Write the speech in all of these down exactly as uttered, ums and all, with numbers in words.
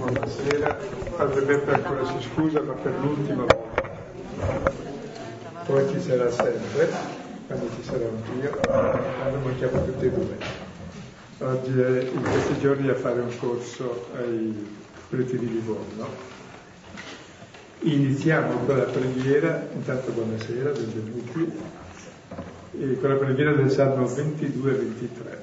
buonasera. Padre Beppe ancora si scusa, ma per l'ultima volta. Poi ci sarà sempre, quando ci sarà anch'io, quando manchiamo tutti e due. Oggi è in questi giorni a fare un corso ai preti di Livorno. Iniziamo con la preghiera, intanto buonasera, benvenuti, e con la preghiera del Salmo ventidue ventitré.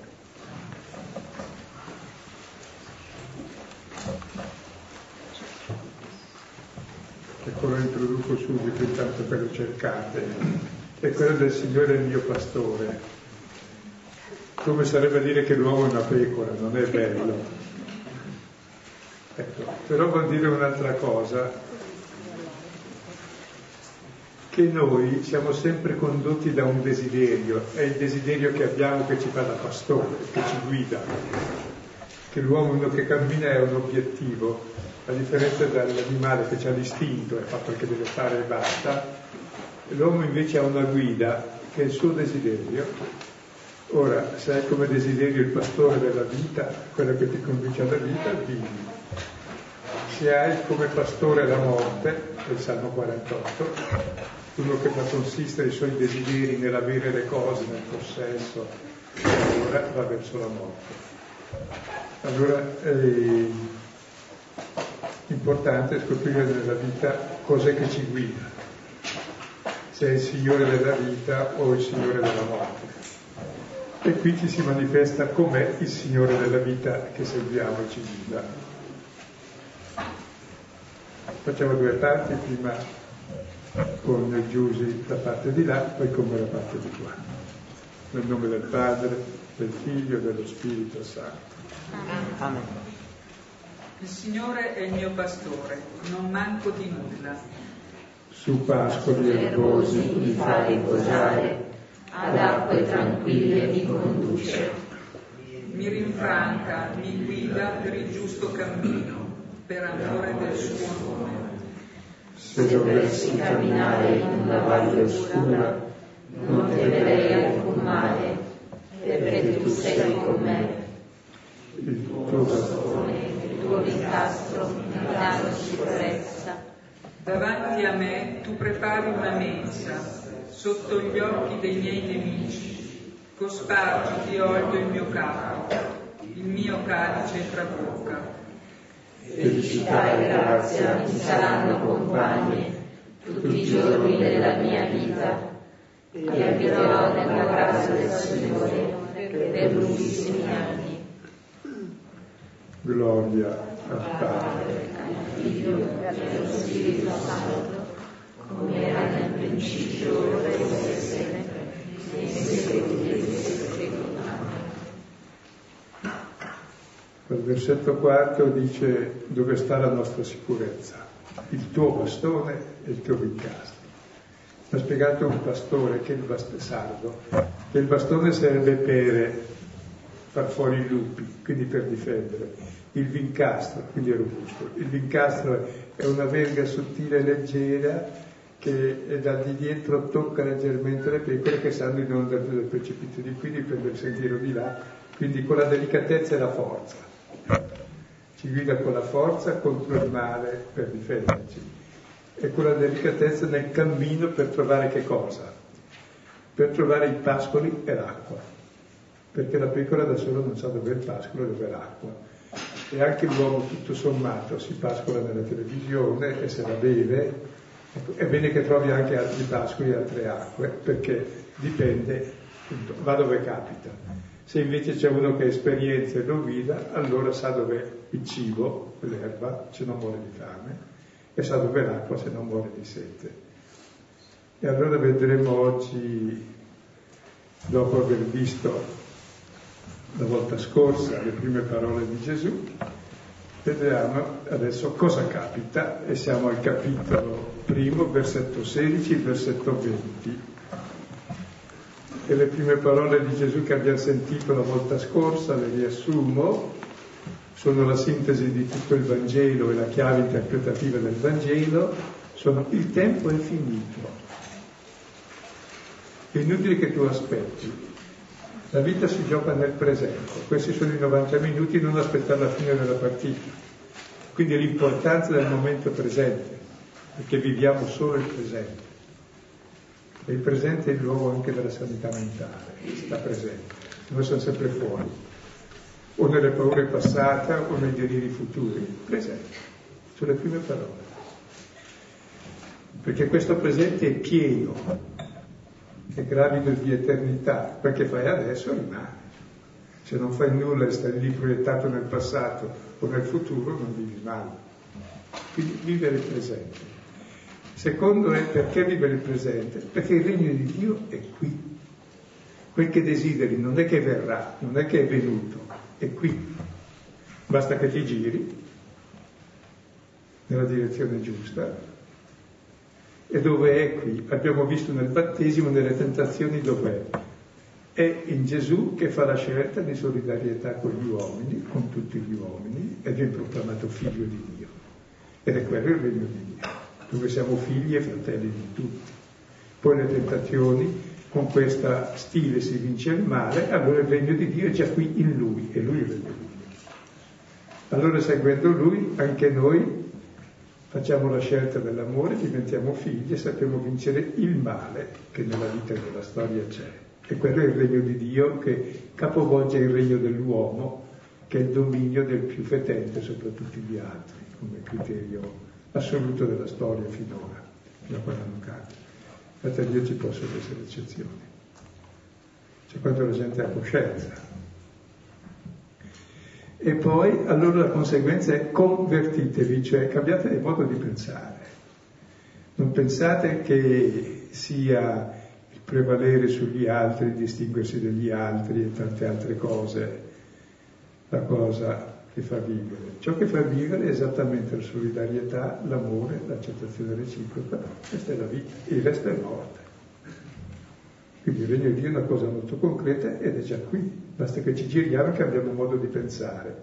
Ecco, lo introduco subito, intanto che lo cercate. È quello del Signore il mio pastore. Come sarebbe a dire che l'uomo è una pecora, non è bello. Ecco, però vuol dire un'altra cosa, che noi siamo sempre condotti da un desiderio, è il desiderio che abbiamo che ci fa da pastore, che ci guida, che l'uomo uno che cammina è un obiettivo, a differenza dall'animale che ha l'istinto e fa quel che deve fare e basta, l'uomo invece ha una guida che è il suo desiderio. Ora, se hai come desiderio il pastore della vita, quello che ti conduce alla vita, vivi. Se hai come pastore la morte, è il Salmo quarantotto, uno che fa consistere i suoi desideri nell'avere le cose, nel possesso, allora va verso la morte. Allora è importante scoprire nella vita cos'è che ci guida, se è il Signore della vita o il Signore della morte. E qui ci si manifesta com'è il Signore della vita che seguiamo e ci guida. Facciamo due parti, prima con Giusy la parte di là, poi con me la parte di qua. Nel nome del Padre, del Figlio e dello Spirito Santo. Amen. Il Signore è il mio pastore, non manco di nulla. Su pascoli erbosi mi fa riposare, ad acque tranquille mi conduce. Mi rinfranca, mi guida per il giusto cammino, per amore del suo nome. Se dovessi camminare in una valle oscura, non temerei alcun male, perché tu sei con me. il tuo bastone, Il tuo incastro mi danno sicurezza. Davanti a me tu prepari una mensa, sotto gli occhi dei miei nemici. Cospargi di olio il mio capo, il mio calice trabocca. Felicità e grazia mi saranno compagne tutti i giorni della mia vita e abiterò nella casa del Signore per lunghissimi anni. Gloria al Padre, al Figlio e allo Spirito Santo, come era nel principio, ora e sempre, nei secoli dei secoli. Il versetto quarto dice dove sta la nostra sicurezza, il tuo bastone e il tuo incastro. Mi ha spiegato un pastore che il bast- sardo, che il bastone serve per far fuori i lupi, quindi per difendere. Il vincastro, quindi è robusto. Il vincastro è una verga sottile e leggera che da di dietro tocca leggermente le pecore che stanno in onda del precipizio di qui, prende il sentiero di là, quindi con la delicatezza e la forza. Ci guida con la forza contro il male per difenderci e con la delicatezza nel cammino per trovare che cosa? Per trovare i pascoli e l'acqua, perché la pecora da sola non sa dove è il pascolo e dove è l'acqua. E anche l'uomo tutto sommato si pascola nella televisione e se la beve, ecco, è bene che trovi anche altri pascoli e altre acque, perché dipende, appunto, va dove capita. Se invece c'è uno che ha esperienza e lo guida, allora sa dov'è il cibo, l'erba, se non muore di fame, e sa dov'è l'acqua, se non muore di sete. E allora vedremo oggi, dopo aver visto la volta scorsa le prime parole di Gesù, vediamo adesso cosa capita, e siamo al capitolo primo, versetto sedici, versetto venti. E le prime parole di Gesù che abbiamo sentito la volta scorsa, le riassumo, sono la sintesi di tutto il Vangelo e la chiave interpretativa del Vangelo, sono: il tempo è finito. È inutile che tu aspetti. La vita si gioca nel presente, questi sono i novanta minuti, non aspettare la fine della partita. Quindi l'importanza del momento presente, perché viviamo solo il presente. E il presente è il luogo anche della sanità mentale, sta presente. Noi siamo sempre fuori, o nelle paure passate o nei deliri futuri. Presente, sono le prime parole. Perché questo presente è pieno, è gravido di eternità, quel che fai adesso rimane. Se non fai nulla e stai lì proiettato nel passato o nel futuro, non vivi mai. Quindi vivere il presente. Secondo è perché vivere il presente? Perché il regno di Dio è qui. Quel che desideri non è che verrà, non è che è venuto, è qui. Basta che ti giri nella direzione giusta. E dove è qui? Abbiamo visto nel battesimo, nelle tentazioni, dov'è? È in Gesù che fa la scelta di solidarietà con gli uomini, con tutti gli uomini, e viene proclamato figlio di Dio. Ed è quello il regno di Dio, dove siamo figli e fratelli di tutti. Poi le tentazioni, con questo stile si vince il male, allora il regno di Dio è già qui in Lui, e Lui è il regno di Dio. Allora, seguendo Lui, anche noi facciamo la scelta dell'amore, diventiamo figli e sappiamo vincere il male che nella vita e nella storia c'è. E quello è il regno di Dio che capovolge il regno dell'uomo, che è il dominio del più fetente sopra tutti gli altri, come criterio assoluto della storia finora, fino a quando non cambia. Infatti a Dio ci possono essere eccezioni. Cioè quando la gente ha coscienza. E poi allora la conseguenza è convertitevi, cioè cambiate il modo di pensare. Non pensate che sia il prevalere sugli altri, il distinguersi dagli altri e tante altre cose la cosa che fa vivere. Ciò che fa vivere è esattamente la solidarietà, l'amore, l'accettazione reciproca. Questa è la vita, il resto è morte. Quindi il regno di Dio è una cosa molto concreta ed è già qui, basta che ci giriamo e cambiamo modo di pensare.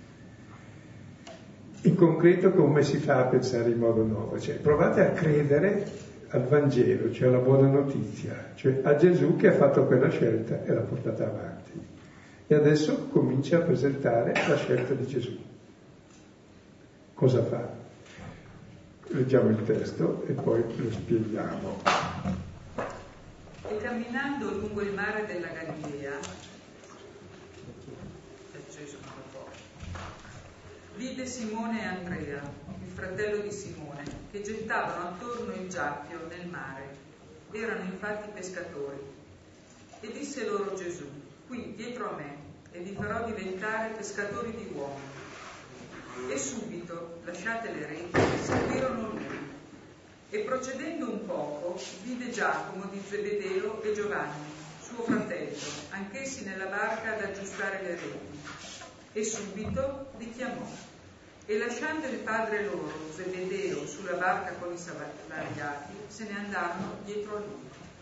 In concreto come si fa a pensare in modo nuovo? Cioè, provate a credere al Vangelo, cioè alla buona notizia, cioè a Gesù che ha fatto quella scelta e l'ha portata avanti. E adesso comincia a presentare la scelta di Gesù. Cosa fa? Leggiamo il testo e poi lo spieghiamo. E camminando lungo il mare della Galilea, vide Simone e Andrea, il fratello di Simone, che gettavano attorno il giacchio nel mare. Erano infatti pescatori. E disse loro Gesù: qui dietro a me, e vi farò diventare pescatori di uomini. E subito, lasciate le reti, seguirono lui. E procedendo un poco, vide Giacomo di Zebedeo e Giovanni, suo fratello, anch'essi nella barca ad aggiustare le reti. E subito li chiamò. E lasciando il padre loro, Zebedeo, sulla barca con i salariati, se ne andarono dietro a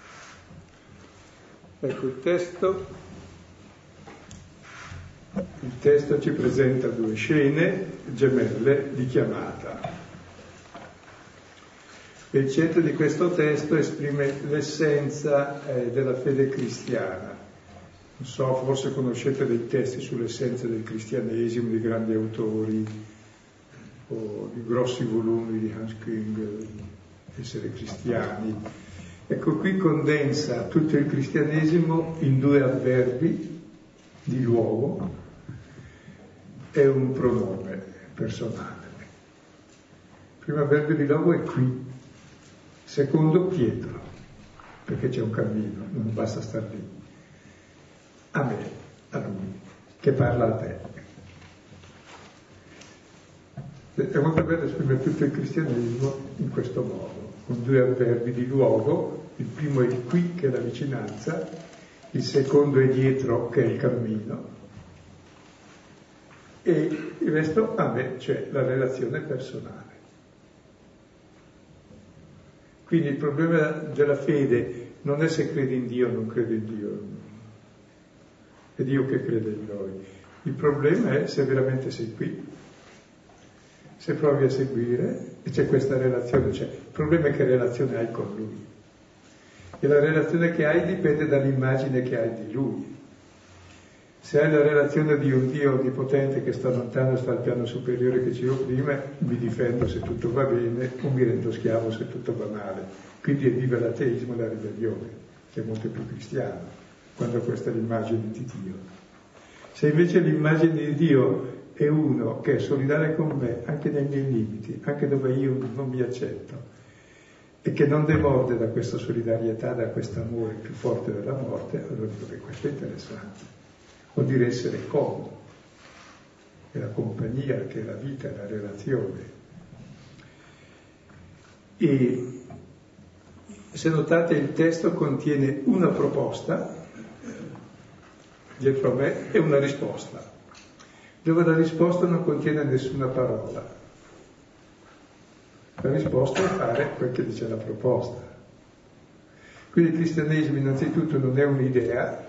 lui. Ecco il testo. Il testo ci presenta due scene gemelle di chiamata. E il centro di questo testo esprime l'essenza eh, della fede cristiana. Non so, forse conoscete dei testi sull'essenza del cristianesimo di grandi autori o di grossi volumi di Hans Küng, Essere cristiani. Ecco, qui condensa tutto il cristianesimo in due avverbi di luogo e un pronome personale. Il primo avverbio di luogo è qui. Secondo, Pietro, perché c'è un cammino, non basta star lì. A me, a lui, che parla a te. È molto bello esprimere tutto il cristianesimo in questo modo, con due avverbi di luogo. Il primo è il qui, che è la vicinanza, il secondo è dietro, che è il cammino, e il resto a me, cioè la relazione personale. Quindi il problema della fede non è se credi in Dio o non credi in Dio, è Dio che crede in noi. Il problema è se veramente sei qui, se provi a seguire e c'è questa relazione. Cioè, il problema è che relazione hai con Lui. E la relazione che hai dipende dall'immagine che hai di Lui. Se hai la relazione di un Dio onnipotente che sta lontano, sta al piano superiore che ci opprime, mi difendo se tutto va bene o mi rendo schiavo se tutto va male. Quindi è viva l'ateismo e la ribellione, che è molto più cristiano, quando questa è l'immagine di Dio. Se invece l'immagine di Dio è uno che è solidale con me, anche nei miei limiti, anche dove io non mi accetto, e che non demorde da questa solidarietà, da questo amore più forte della morte, allora dico che questo è interessante. Vuol dire essere comodo, è la compagnia, che è la vita, la relazione. E se notate il testo contiene una proposta dietro a me e una risposta, dove la risposta non contiene nessuna parola. La risposta è fare quel che dice la proposta. Quindi il cristianesimo innanzitutto non è un'idea,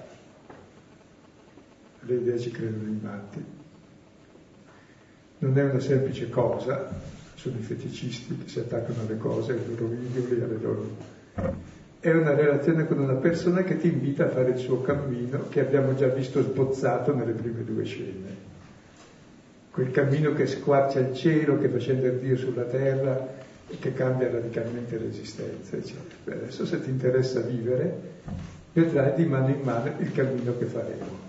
le idee ci credono i matti, non è una semplice cosa, sono i feticisti che si attaccano alle cose, ai loro idoli, alle loro... è una relazione con una persona che ti invita a fare il suo cammino, che abbiamo già visto sbozzato nelle prime due scene. Quel cammino che squarcia il cielo, che fa scendere Dio sulla terra e che cambia radicalmente l'esistenza, eccetera. Beh, adesso se ti interessa vivere, vedrai di mano in mano il cammino che faremo.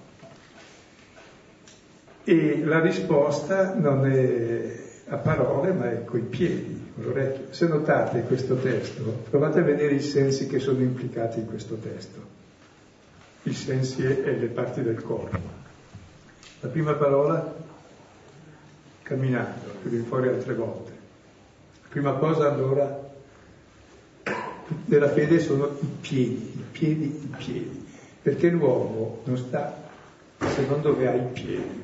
E la risposta non è a parole, ma è coi piedi, con l'orecchio. Se notate questo testo, provate a vedere i sensi che sono implicati in questo testo. I sensi e le parti del corpo. La prima parola, camminando, che viene fuori altre volte. La prima cosa allora della fede sono i piedi, i piedi, i piedi. Perché l'uomo non sta se non dove ha i piedi.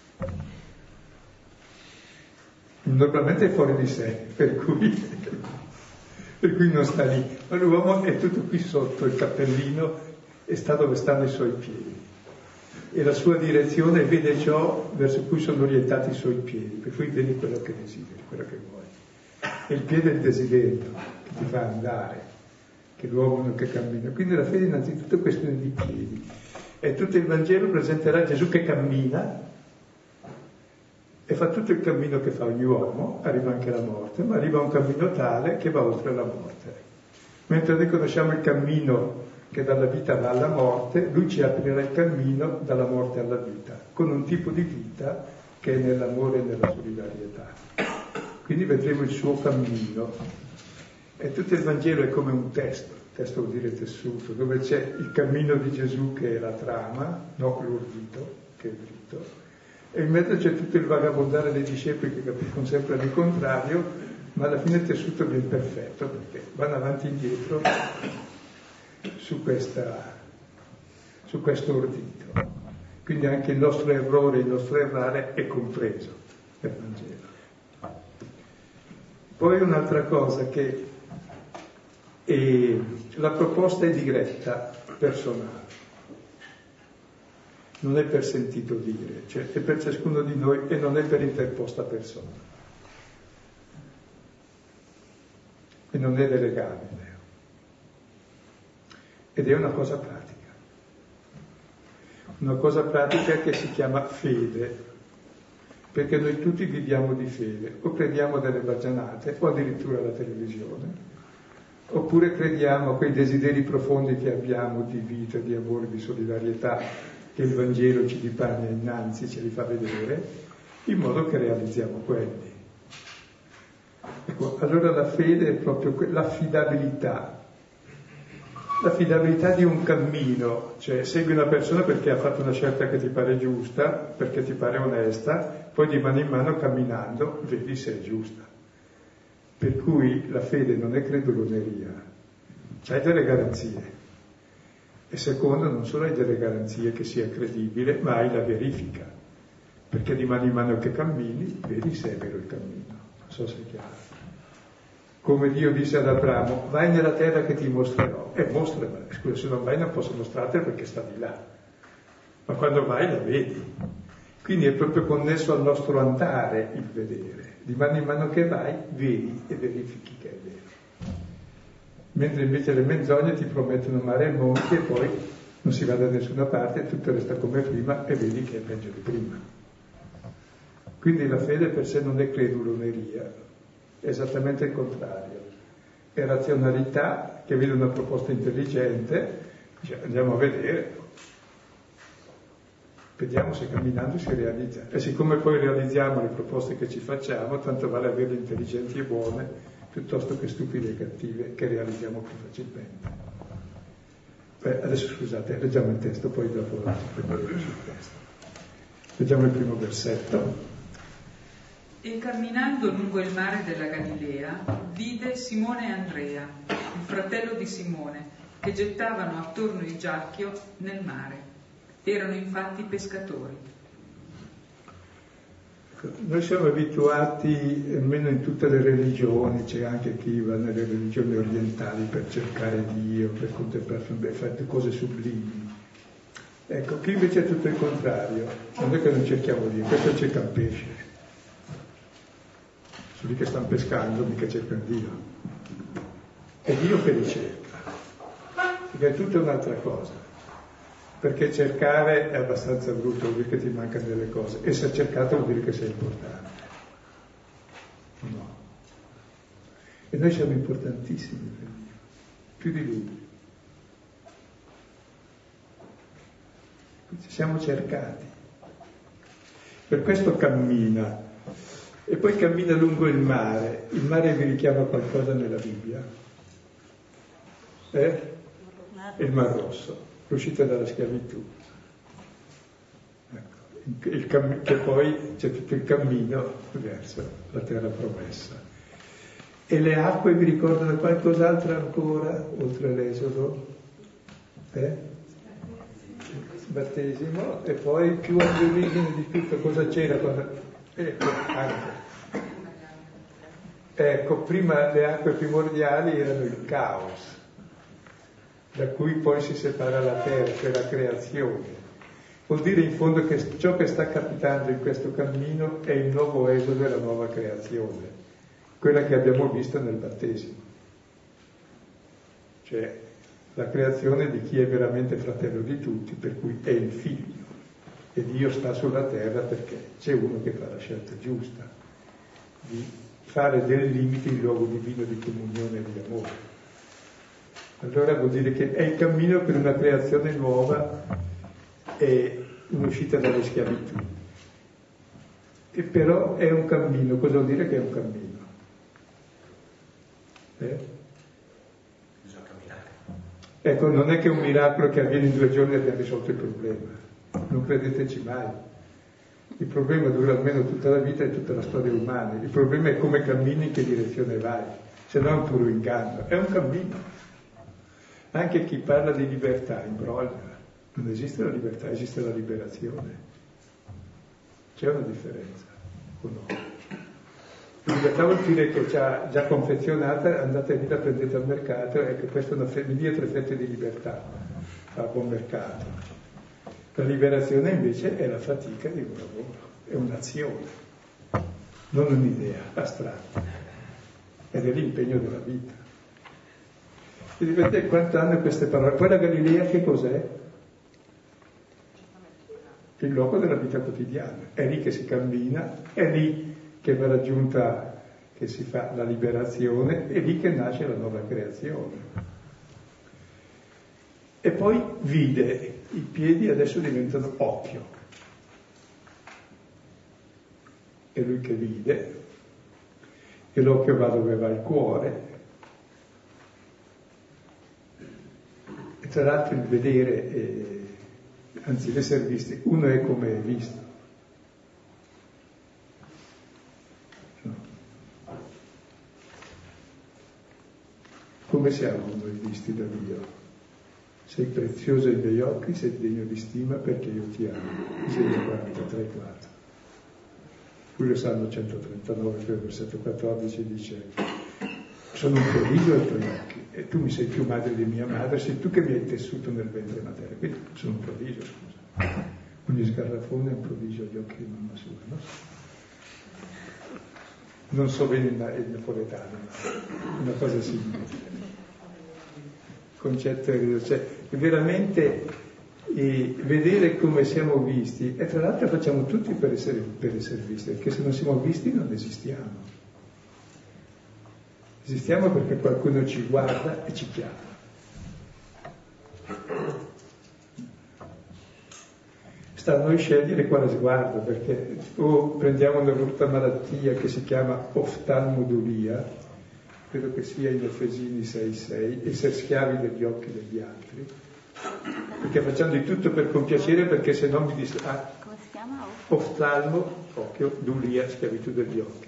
Normalmente è fuori di sé, per cui, per cui non sta lì, ma l'uomo è tutto qui sotto il cappellino e sta dove stanno i suoi piedi, e la sua direzione vede ciò verso cui sono orientati i suoi piedi, per cui vedi quello che desideri, quello che vuoi. E il piede è il desiderio che ti fa andare, che l'uomo non che cammina. Quindi la fede innanzitutto è questione di piedi, e tutto il Vangelo presenterà Gesù che cammina e fa tutto il cammino che fa ogni uomo, arriva anche la morte, ma arriva a un cammino tale che va oltre la morte. Mentre noi conosciamo il cammino che dalla vita va alla morte, lui ci aprirà il cammino dalla morte alla vita, con un tipo di vita che è nell'amore e nella solidarietà. Quindi vedremo il suo cammino. E tutto il Vangelo è come un testo, il testo vuol dire tessuto, dove c'è il cammino di Gesù che è la trama, no l'urdito, che è il rito, e in mezzo c'è tutto il vagabondare dei discepoli che capiscono sempre il contrario, ma alla fine il tessuto viene perfetto perché vanno avanti e indietro su, questa, su questo ordito. Quindi anche il nostro errore, il nostro errare è compreso nel Vangelo. Poi un'altra cosa che è, la proposta è diretta, personale. Non è per sentito dire, cioè è per ciascuno di noi e non è per interposta persona. E non è delegabile. Ed è una cosa pratica. Una cosa pratica che si chiama fede, perché noi tutti viviamo di fede, o crediamo delle baggianate, o addirittura alla televisione, oppure crediamo a quei desideri profondi che abbiamo di vita, di amore, di solidarietà, che il Vangelo ci dipana innanzi, ce li fa vedere, in modo che realizziamo quelli. Ecco, allora la fede è proprio que- l'affidabilità, l'affidabilità di un cammino, cioè segui una persona perché ha fatto una scelta che ti pare giusta, perché ti pare onesta, poi di mano in mano camminando vedi se è giusta. Per cui la fede non è creduloneria, c'hai delle garanzie. E secondo, non solo hai delle garanzie che sia credibile, ma hai la verifica, perché di mano in mano che cammini, vedi se è vero il cammino. Non so se è chiaro. Come Dio disse ad Abramo, vai nella terra che ti mostrerò, e mostramela. Scusa, se non vai non posso mostrartela perché sta di là. Ma quando vai la vedi. Quindi è proprio connesso al nostro andare il vedere. Di mano in mano che vai, vedi e verifichi che è vero. Mentre invece le menzogne ti promettono mare e monti e poi non si va da nessuna parte, tutto resta come prima e vedi che è peggio di prima. Quindi la fede per sé non è creduloneria, è esattamente il contrario. È razionalità che vede una proposta intelligente, dice andiamo a vedere, vediamo se camminando si realizza. E siccome poi realizziamo le proposte che ci facciamo, tanto vale averle intelligenti e buone, piuttosto che stupide e cattive, che realizziamo più facilmente. Beh, adesso scusate, leggiamo il testo, poi dopo ci prenderemo sul testo. Leggiamo il primo versetto. E camminando lungo il mare della Galilea, vide Simone e Andrea, il fratello di Simone, che gettavano attorno il giacchio nel mare. Erano infatti pescatori. Noi siamo abituati, almeno in tutte le religioni, c'è anche chi va nelle religioni orientali per cercare Dio, per contemplare, fare cose sublimi. Ecco, qui invece è tutto il contrario. Non è che non cerchiamo Dio, questo cerca il pesce. Sono lì che stanno pescando, mica cercano Dio. È Dio che li cerca, perché è tutta un'altra cosa. Perché cercare è abbastanza brutto, vuol dire che ti mancano delle cose. Essere cercato vuol dire che sei importante. No. E noi siamo importantissimi per Dio, più di Lui. Siamo cercati. Per questo cammina. E poi cammina lungo il mare. Il mare vi richiama qualcosa nella Bibbia? Eh? Il Mar Rosso. L'uscita dalla schiavitù, ecco, il cam- che poi c'è tutto il cammino verso la terra promessa. E le acque vi ricordano qualcos'altro ancora, oltre all'Esodo? Eh? Battesimo, e poi più all'origine di tutto cosa c'era? Cosa... Ecco, anche. Ecco, prima le acque primordiali erano il caos, da cui poi si separa la terra, cioè la creazione. Vuol dire in fondo che ciò che sta capitando in questo cammino è il nuovo esodo e la nuova creazione, quella che abbiamo visto nel battesimo. Cioè la creazione di chi è veramente fratello di tutti, per cui è il figlio. E Dio sta sulla terra perché c'è uno che fa la scelta giusta, di fare dei limiti il luogo divino di comunione e di amore. Allora vuol dire che è il cammino per una creazione nuova e un'uscita dalle schiavitù. E però è un cammino. Cosa vuol dire che è un cammino? Eh? Bisogna camminare. Ecco, non è che è un miracolo che avviene in due giorni e abbiamo risolto il problema. Non credeteci mai. Il problema dura almeno tutta la vita e tutta la storia umana. Il problema è come cammini, in che direzione vai. Se no è un puro inganno. È un cammino. Anche chi parla di libertà imbroglia. Non esiste la libertà, esiste la liberazione. C'è una differenza, o no? La libertà vuol dire che già, già confezionata, andate lì, la prendete al mercato, e che questa è una fe- mi dia tre fette di libertà a buon mercato. La liberazione invece è la fatica di un lavoro, è un'azione, non un'idea astratta, ed è l'impegno della vita. E vedete quanto hanno queste parole. Poi la Galilea che cos'è? Il luogo della vita quotidiana. È lì che si cammina, è lì che va raggiunta, che si fa la liberazione, è lì che nasce la nuova creazione. E poi vide, i piedi adesso diventano occhio. È lui che vide, e l'occhio va dove va il cuore. Tra l'altro il vedere, eh, anzi l'essere visti, uno è come è visto. No. Come siamo noi visti da Dio? Sei prezioso ai miei occhi, sei degno di stima perché io ti amo. Isaia quarantatré quattro. Qui lo Salmo centotrentanove, versetto quattordici dice: sono un prodigio ai tuoi occhi, e tu mi sei più madre di mia madre, sei tu che mi hai tessuto nel ventre materno, quindi sono un prodigio, scusa. Ogni sgarrafone è un prodigio agli occhi di mamma sua, no? Non so bene il, il napoletano, ma una cosa simile. Il concetto è, cioè, veramente e vedere come siamo visti, e tra l'altro facciamo tutti per essere, per essere visti, perché se non siamo visti non esistiamo. Esistiamo perché qualcuno ci guarda e ci chiama. Sta a noi scegliere quale sguardo, perché o prendiamo una brutta malattia che si chiama oftalmodulia, credo che sia in Efesini sei sei, essere schiavi degli occhi degli altri, perché facciamo di tutto per compiacere, perché se no mi dice ah, come si chiama? oftalmo, occhio, dulia, schiavitù degli occhi.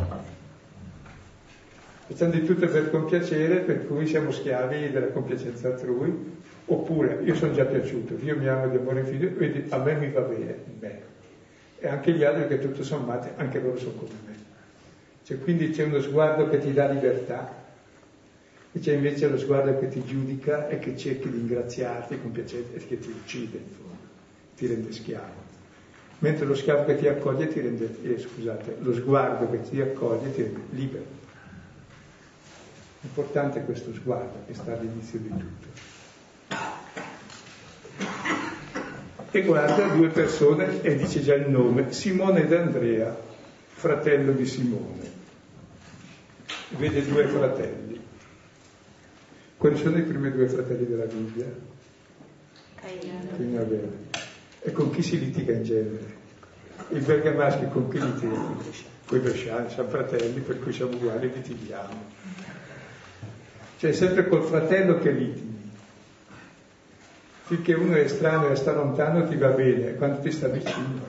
Facciamo di tutto per compiacere, per cui siamo schiavi della compiacenza altrui. Oppure io sono già piaciuto, Dio mi ama di amore infinito, quindi a me mi va bene, bene. E anche gli altri che tutto sommato, anche loro sono come me. Cioè, quindi c'è uno sguardo che ti dà libertà, e c'è invece lo sguardo che ti giudica e che cerchi di ingraziarti, compiacerti, e che ti uccide in fondo, ti rende schiavo. Mentre lo schiavo che ti accoglie ti rende, eh, scusate, lo sguardo che ti accoglie ti rende libero. Importante questo sguardo che sta all'inizio di tutto. E guarda due persone e dice già il nome, Simone ed Andrea, fratello di Simone. Vede due fratelli. Quali sono i primi due fratelli della Bibbia? Caino e Abele. E con chi si litiga in genere? I bergamaschi con chi litigano? Con i bresciani, siamo fratelli, per cui siamo uguali, litighiamo. Cioè è sempre col fratello che litighi. Finché uno è estraneo e sta lontano ti va bene, quando ti sta vicino.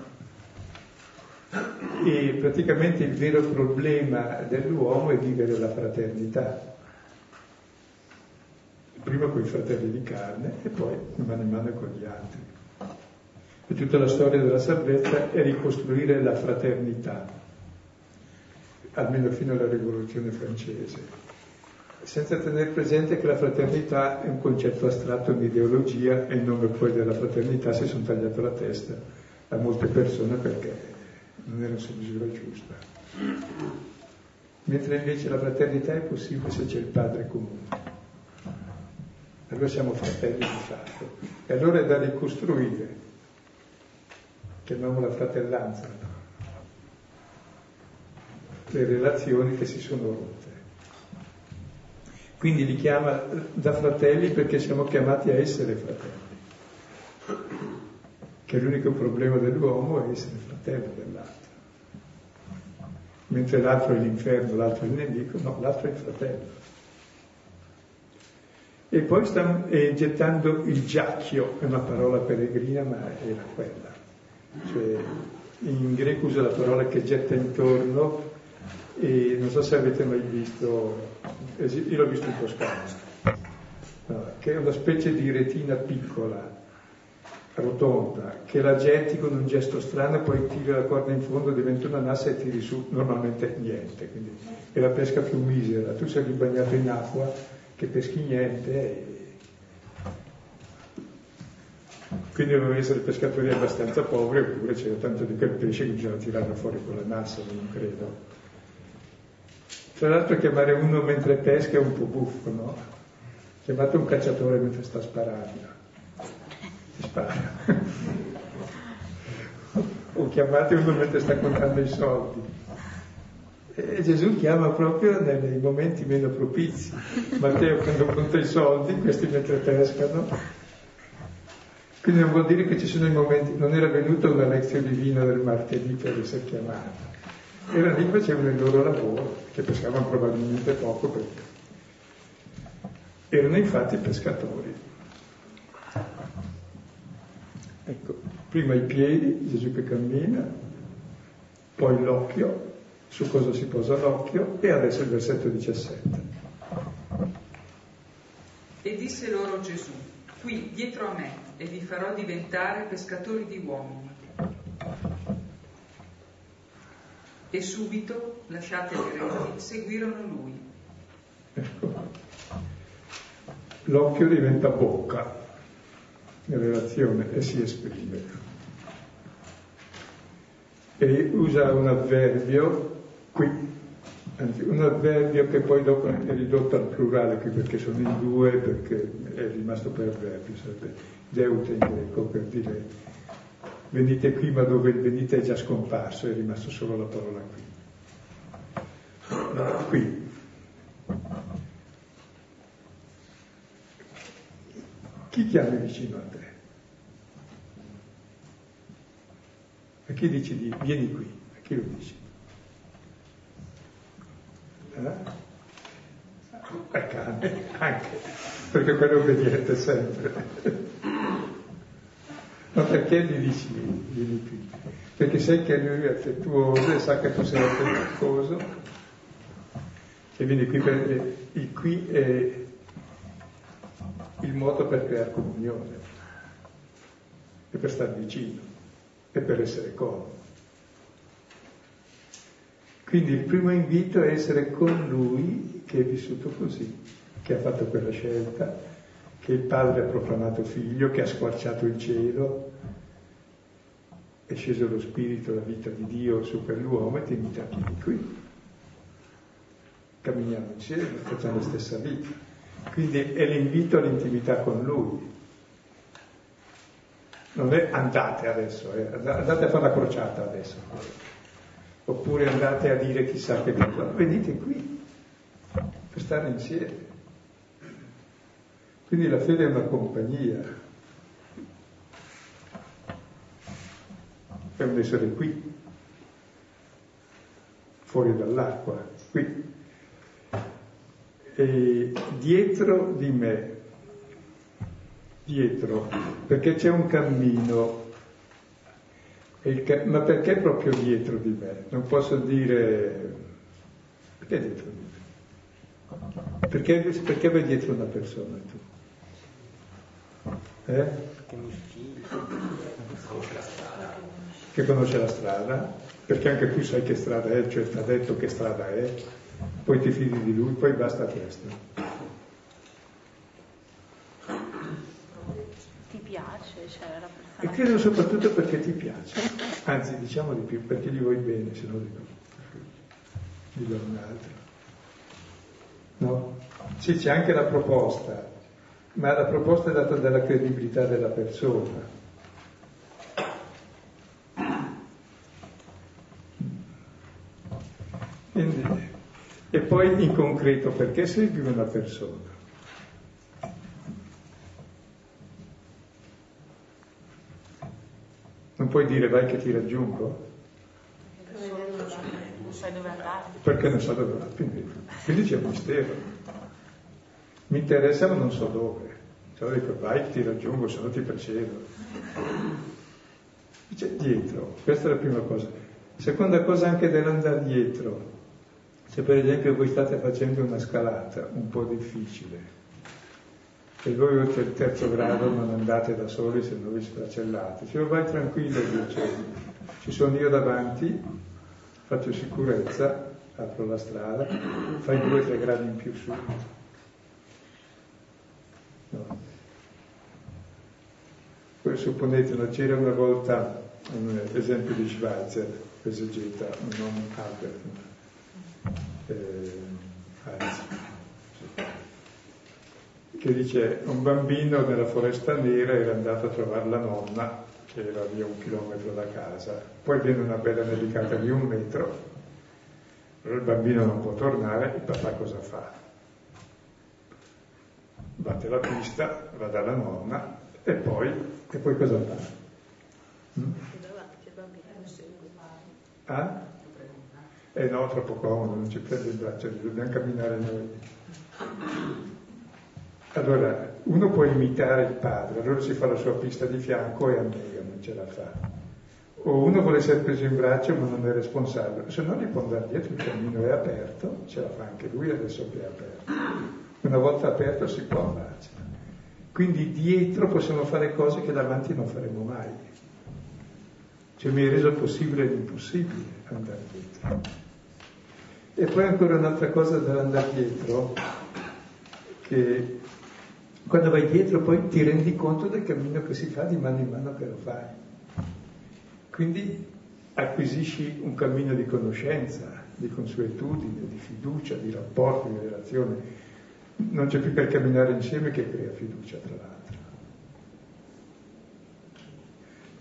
E praticamente il vero problema dell'uomo è vivere la fraternità. Prima con i fratelli di carne e poi di mano in mano con gli altri. E tutta la storia della salvezza è ricostruire la fraternità, almeno fino alla Rivoluzione francese. Senza tenere presente che la fraternità è un concetto astratto, un'ideologia, e in nome poi della fraternità si sono tagliato la testa a molte persone perché non era su misura giusta. Mentre invece la fraternità è possibile se c'è il padre comune. Allora siamo fratelli di fatto. E allora è da ricostruire, chiamiamola fratellanza, le relazioni che si sono rotte. Quindi li chiama da fratelli perché siamo chiamati a essere fratelli, che l'unico problema dell'uomo è essere fratello dell'altro. Mentre l'altro è l'inferno, l'altro è il nemico, no, l'altro è il fratello. E poi sta eh, gettando il giacchio, è una parola peregrina ma era quella. Cioè, in greco usa la parola che getta intorno, e non so se avete mai visto, io l'ho visto in Toscana, no, che è una specie di retina piccola, rotonda, che la getti con un gesto strano, poi tiri la corda in fondo, diventa una nassa e tiri su normalmente niente, quindi è la pesca più misera. Tu sei bagnato in acqua che peschi niente, e quindi dovevano essere pescatori abbastanza poveri, oppure c'era tanto di quel pesce che bisogna tirarlo fuori con la nassa, non credo. Tra l'altro chiamare uno mentre pesca è un po' buffo, no? Chiamate un cacciatore mentre sta sparando, ti spara. O chiamate uno mentre sta contando i soldi. E Gesù chiama proprio nei momenti meno propizi. Matteo quando conta i soldi, questi mentre pescano. Quindi non vuol dire che ci sono i momenti, non era venuta una lezione divina del martedì per essere chiamata. Erano lì, facevano il loro lavoro, che pescavano probabilmente poco perché erano infatti pescatori. Ecco, prima i piedi, Gesù che cammina, poi l'occhio, su cosa si posa l'occhio, e adesso il versetto diciassette. E disse loro Gesù: qui dietro a me, e vi farò diventare pescatori di uomini. E subito, lasciate le reti, seguirono lui. Ecco. L'occhio diventa bocca in relazione e si esprime. E usa un avverbio qui, anzi un avverbio che poi dopo è ridotto al plurale qui perché sono in due, perché è rimasto per avverbio, sarebbe deute in greco, per dire venite qui, ma dove il venite è già scomparso, è rimasto solo la parola qui. No, qui. Chi chiami vicino a te? A chi dici di vieni qui? A chi lo dici? Eh? Al cane, anche, perché quello è obbediente sempre. Ma perché gli dici vieni qui? Perché sai che lui è affettuoso e sa che tu sei affettuoso e vieni qui perché il qui è il modo per creare comunione e per stare vicino e per essere comodo. Quindi il primo invito è essere con lui che è vissuto così, che ha fatto quella scelta, che il padre ha proclamato figlio, che ha squarciato il cielo, è sceso lo spirito, la vita di Dio su per l'uomo e ti invita a vieni qui. Camminiamo insieme, facciamo la stessa vita. Quindi è l'invito all'intimità con lui. Non è andate adesso, eh, andate a fare la crociata adesso. Oppure andate a dire chissà che cosa. Venite qui per stare insieme. Quindi la fede è una compagnia. È un essere qui, fuori dall'acqua, qui. E dietro di me, dietro, perché c'è un cammino. Ca- ma perché proprio dietro di me? Non posso dire perché dietro di me? Perché, perché vai dietro una persona tu? Eh? Che conosce la strada, perché anche tu sai che strada è, cioè ti ha detto che strada è, poi ti fidi di lui, poi basta questo. Ti piace, cioè la persona. E credo soprattutto perché ti piace, anzi diciamo di più, perché gli vuoi bene, se no di più, di un altro. No? Sì, c'è anche la proposta, ma la proposta è data dalla credibilità della persona. Quindi, e poi in concreto, perché segui una persona? Non puoi dire vai che ti raggiungo? Non sai dove andare. Perché non so dove andare. Quindi, quindi c'è un mistero. Mi interessa ma non so dove. Allora dico vai che ti raggiungo, se no ti precedo. Dice dietro, questa è la prima cosa. Seconda cosa anche dell'andare dietro. Se per esempio voi state facendo una scalata un po' difficile e voi oltre il terzo grado non andate da soli se non vi sfracellate, se vai tranquillo, dice, ci sono io davanti, faccio sicurezza, apro la strada, fai due o tre gradi in più su. No. Poi supponete, c'era una volta un esempio di Schweitzer, esegeta, non Albert, eh, anzi, che dice un bambino nella foresta nera era andato a trovare la nonna che era via un chilometro da casa, poi viene una bella nevicata di un metro, allora il bambino non può tornare, il papà cosa fa? Batte la pista, va dalla nonna e poi, e poi cosa fa? Mm? Ah? Eh no, troppo comodo, non ci prende il braccio, dobbiamo camminare noi. Allora, uno può imitare il padre, allora si fa la sua pista di fianco e annega, non ce la fa. O uno vuole essere preso in braccio ma non è responsabile, se no gli può andare dietro, il cammino è aperto, ce la fa anche lui adesso che è aperto. Una volta aperto si può andare. Quindi dietro possiamo fare cose che davanti non faremo mai. Cioè mi è reso possibile l'impossibile andare dietro. E poi ancora un'altra cosa dell'andare dietro, che quando vai dietro poi ti rendi conto del cammino che si fa di mano in mano che lo fai. Quindi acquisisci un cammino di conoscenza, di consuetudine, di fiducia, di rapporto, di relazione. Non c'è più per camminare insieme che crea fiducia, tra l'altro.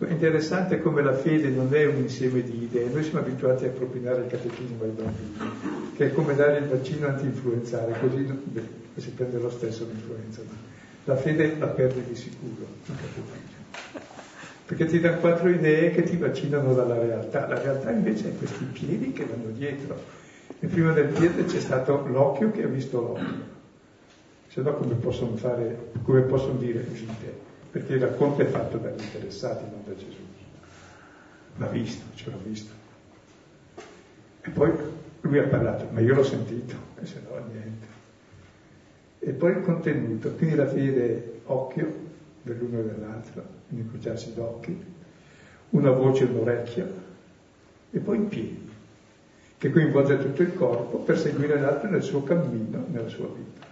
È interessante come la fede non è un insieme di idee. Noi siamo abituati a propinare il catechismo ai bambini, che è come dare il vaccino anti-influenzale, così beh, si prende lo stesso l'influenza. La fede la perdi di sicuro, il catechismo. Perché ti dà quattro idee che ti vaccinano dalla realtà. La realtà invece è questi piedi che vanno dietro. E prima del piede c'è stato l'occhio che ha visto l'occhio. Se no come possono fare, come possono dire vite? Perché il racconto è fatto dagli interessati, non da Gesù. L'ha visto, ce l'ho visto. E poi lui ha parlato, ma io l'ho sentito, e se no niente. E poi il contenuto, quindi la fede occhio dell'uno e dell'altro, quindi incrociarsi gli occhi, una voce, un orecchio, e poi i piedi, che coinvolge tutto il corpo per seguire l'altro nel suo cammino, nella sua vita.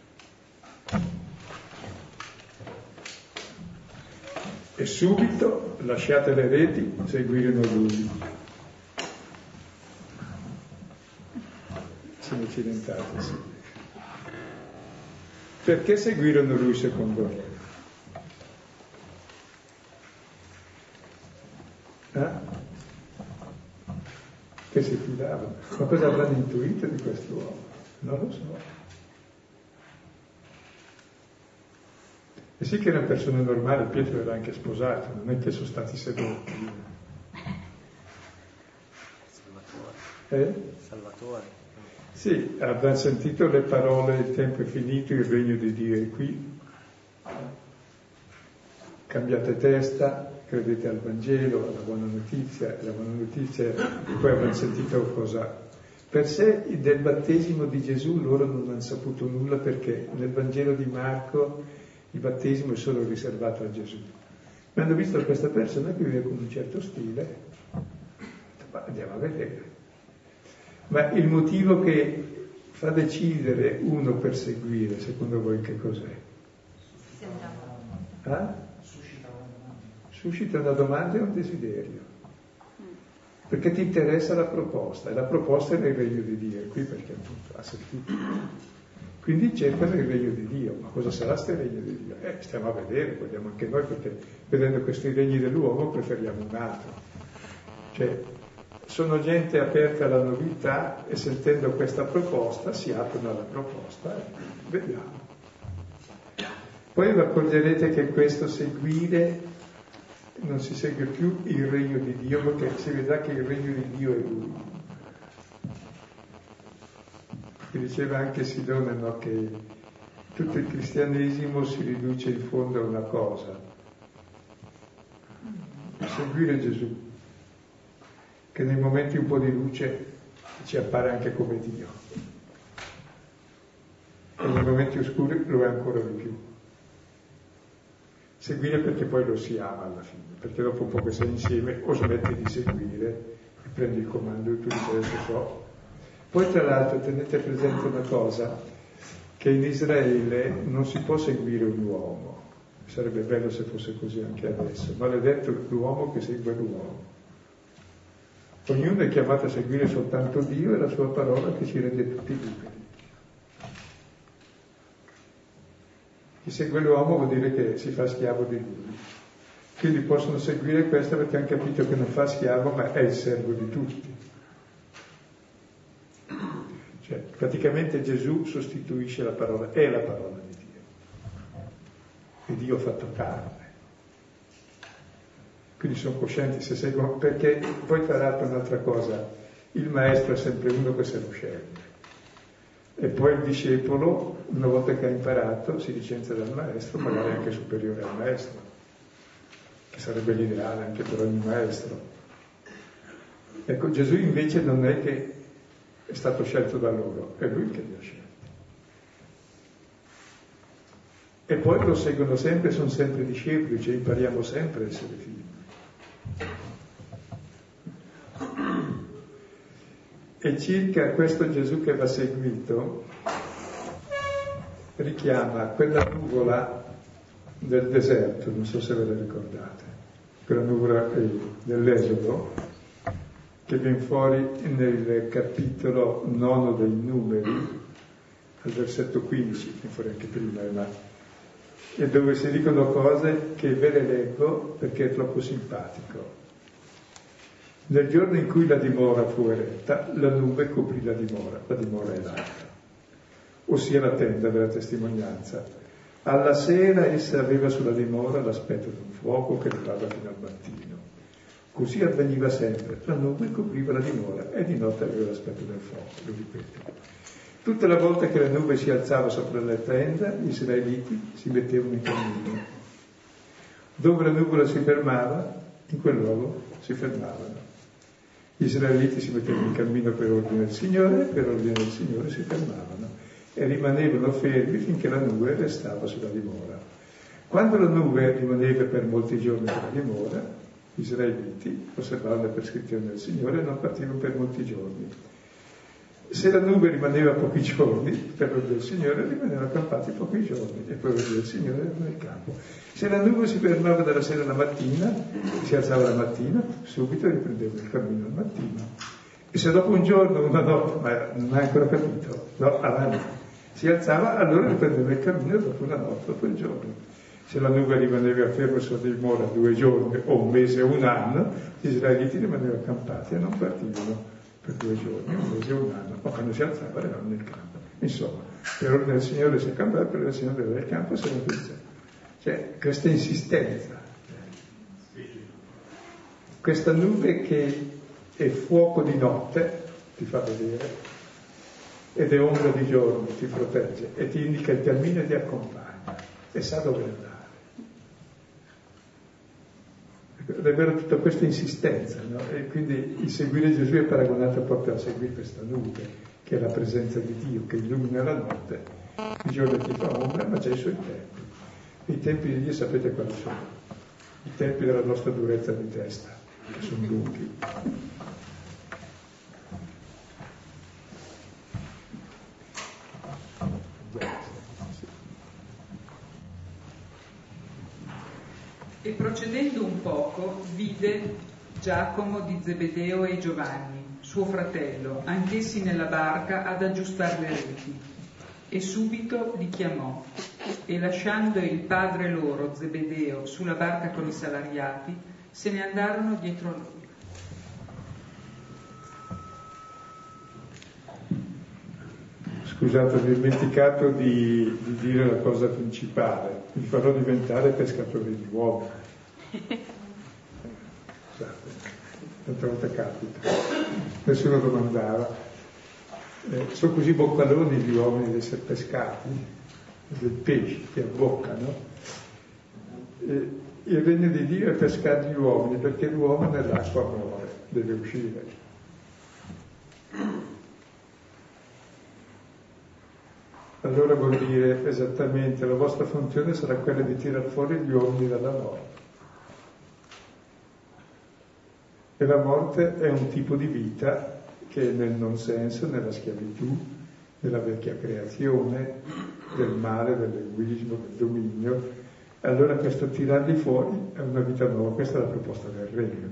E subito lasciate le reti, seguirono lui. Siamo occidentali, sì. Perché seguirono lui secondo me? Eh? Che si fidavano. Ma cosa avranno intuito di quest'uomo? Non lo so. E sì che era una persona normale, Pietro era anche sposato, non è che sono stati sedotti. Salvatore. Eh? Salvatore. Sì, abbiamo sentito le parole, il tempo è finito, il regno di Dio è qui. Cambiate testa, credete al Vangelo, alla buona notizia, la buona notizia, poi abbiamo sentito cosa. Per sé del battesimo di Gesù loro non hanno saputo nulla perché nel Vangelo di Marco il battesimo è solo riservato a Gesù. Ma hanno visto questa persona che vive con un certo stile, ma andiamo a vedere. Ma il motivo che fa decidere uno per seguire, secondo voi che cos'è? Eh? Suscita una domanda e un desiderio. Perché ti interessa la proposta, e la proposta è nel regno di Dio, è qui perché appunto ha sentito. Quindi cercano il regno di Dio. Ma cosa sarà questo regno di Dio? Eh, stiamo a vedere, vogliamo anche noi, perché vedendo questi regni dell'uomo preferiamo un altro. Cioè, sono gente aperta alla novità e sentendo questa proposta si aprono alla proposta e vediamo. Poi vi accorgerete che questo seguire non si segue più il regno di Dio, perché si vedrà che il regno di Dio è Lui. Che diceva anche Sidone, no, che tutto il cristianesimo si riduce in fondo a una cosa: seguire Gesù, che nei momenti un po' di luce ci appare anche come Dio, e nei momenti oscuri lo è ancora di più. Seguire perché poi lo si ama alla fine, perché dopo un po' che sei insieme o smetti di seguire e prendi il comando e tu dici adesso so. Poi tra l'altro tenete presente una cosa, che in Israele non si può seguire un uomo, sarebbe bello se fosse così anche adesso, maledetto l'uomo che segue l'uomo. Ognuno è chiamato a seguire soltanto Dio e la sua parola che ci rende tutti liberi. Chi segue l'uomo vuol dire che si fa schiavo di lui. Quindi possono seguire questo perché hanno capito che non fa schiavo ma è il servo di tutti. Cioè, praticamente Gesù sostituisce la parola, è la parola di Dio. E Dio ha fatto carne. Quindi sono coscienti se seguono, perché poi tra l'altro un'altra cosa, il maestro è sempre uno che se lo sceglie. E poi il discepolo, una volta che ha imparato, si licenzia dal maestro, magari anche superiore al maestro, che sarebbe l'ideale anche per ogni maestro. Ecco, Gesù invece non è che è stato scelto da loro, è lui che li ha scelti. E poi lo seguono sempre, sono sempre discepoli, cioè impariamo sempre a essere figli. E circa questo Gesù che va seguito richiama quella nuvola del deserto, non so se ve la ricordate, quella nuvola dell'Esodo, che viene fuori nel capitolo nono dei Numeri, al versetto quindici, viene fuori anche prima, ma e dove si dicono cose che ve le leggo perché è troppo simpatico. Nel giorno in cui la dimora fu eretta, la nube coprì la dimora, la dimora è l'altra, ossia la tenda della testimonianza. Alla sera essa aveva sulla dimora l'aspetto di un fuoco che durava fino al mattino. Così avveniva sempre, la nube copriva la dimora e di notte aveva l'aspetto del fuoco, lo ripeto. Tutte le volte che la nube si alzava sopra la tenda, gli israeliti si mettevano in cammino. Dove la nuvola si fermava, in quel luogo si fermavano. Gli israeliti si mettevano in cammino per ordine del Signore, per ordine del Signore si fermavano e rimanevano fermi finché la nube restava sulla dimora. Quando la nube rimaneva per molti giorni sulla dimora, gli israeliti osservavano le prescrizioni del Signore e non partivano per molti giorni. Se la nube rimaneva pochi giorni, per ordine del Signore rimanevano accampati pochi giorni e per ordine del Signore erano nel campo. Se la nube si fermava dalla sera alla mattina, si alzava la mattina, subito riprendeva il cammino al mattino. E se dopo un giorno, una notte, ma non ha ancora capito, no, avanti, si alzava, allora riprendeva il cammino dopo una notte, dopo il giorno. Se la nube rimaneva ferma sulla dimora due giorni, o un mese o un anno, gli israeliti rimanevano accampati e non partivano per due giorni, un mese o un anno, ma quando si alzava eravamo nel campo. Insomma, per ordine del Signore si accampava, per ordine del Signore era nel campo, se non pensa. Cioè, questa insistenza, questa nube che è fuoco di notte, ti fa vedere, ed è ombra di giorno, ti protegge e ti indica il cammino e ti accompagna e sa dove andare. Ed è vero tutta questa insistenza, no? E quindi il seguire Gesù è paragonato proprio a seguire questa nube, che è la presenza di Dio, che illumina la notte, il giorno ti fa ombra, ma c'è i suoi tempi. I tempi di Dio sapete quali sono? I tempi della nostra durezza di testa, che sono lunghi. E procedendo un poco, vide Giacomo di Zebedeo e Giovanni, suo fratello, anch'essi nella barca ad aggiustare le reti. E subito li chiamò, e lasciando il padre loro, Zebedeo, sulla barca con i salariati, se ne andarono dietro lui. Scusate, ho dimenticato di, di dire la cosa principale. Vi farò diventare pescatori di uomini. Scusate, tante volte capita. Nessuno domandava. Eh, sono così boccaloni gli uomini di essere pescati, dei pesci che abboccano. Eh, il regno di Dio è pescare gli uomini, perché l'uomo nell'acqua muore, deve uscire. Allora vuol dire esattamente la vostra funzione sarà quella di tirar fuori gli uomini dalla morte. E la morte è un tipo di vita che è nel non senso, nella schiavitù, nella vecchia creazione, del male, dell'egoismo, del dominio. Allora questo tirarli fuori è una vita nuova, questa è la proposta del regno,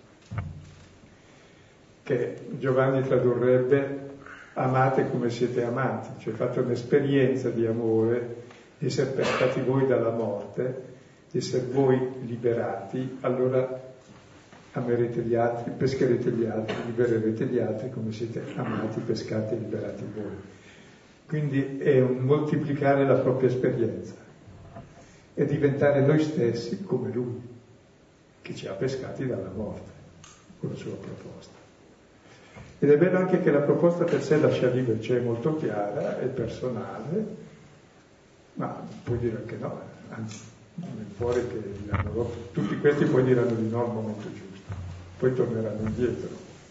che Giovanni tradurrebbe amate come siete amati, cioè fate un'esperienza di amore, di essere pescati voi dalla morte, di essere voi liberati, allora amerete gli altri, pescherete gli altri, libererete gli altri come siete amati, pescati e liberati voi. Quindi è un moltiplicare la propria esperienza e diventare noi stessi come Lui, che ci ha pescati dalla morte, con la sua proposta. Ed è bello anche che la proposta per sé lascia libero, cioè è molto chiara, è personale, ma puoi dire anche no, anzi, nel cuore che diranno, tutti questi poi diranno di no al momento giusto, poi torneranno indietro.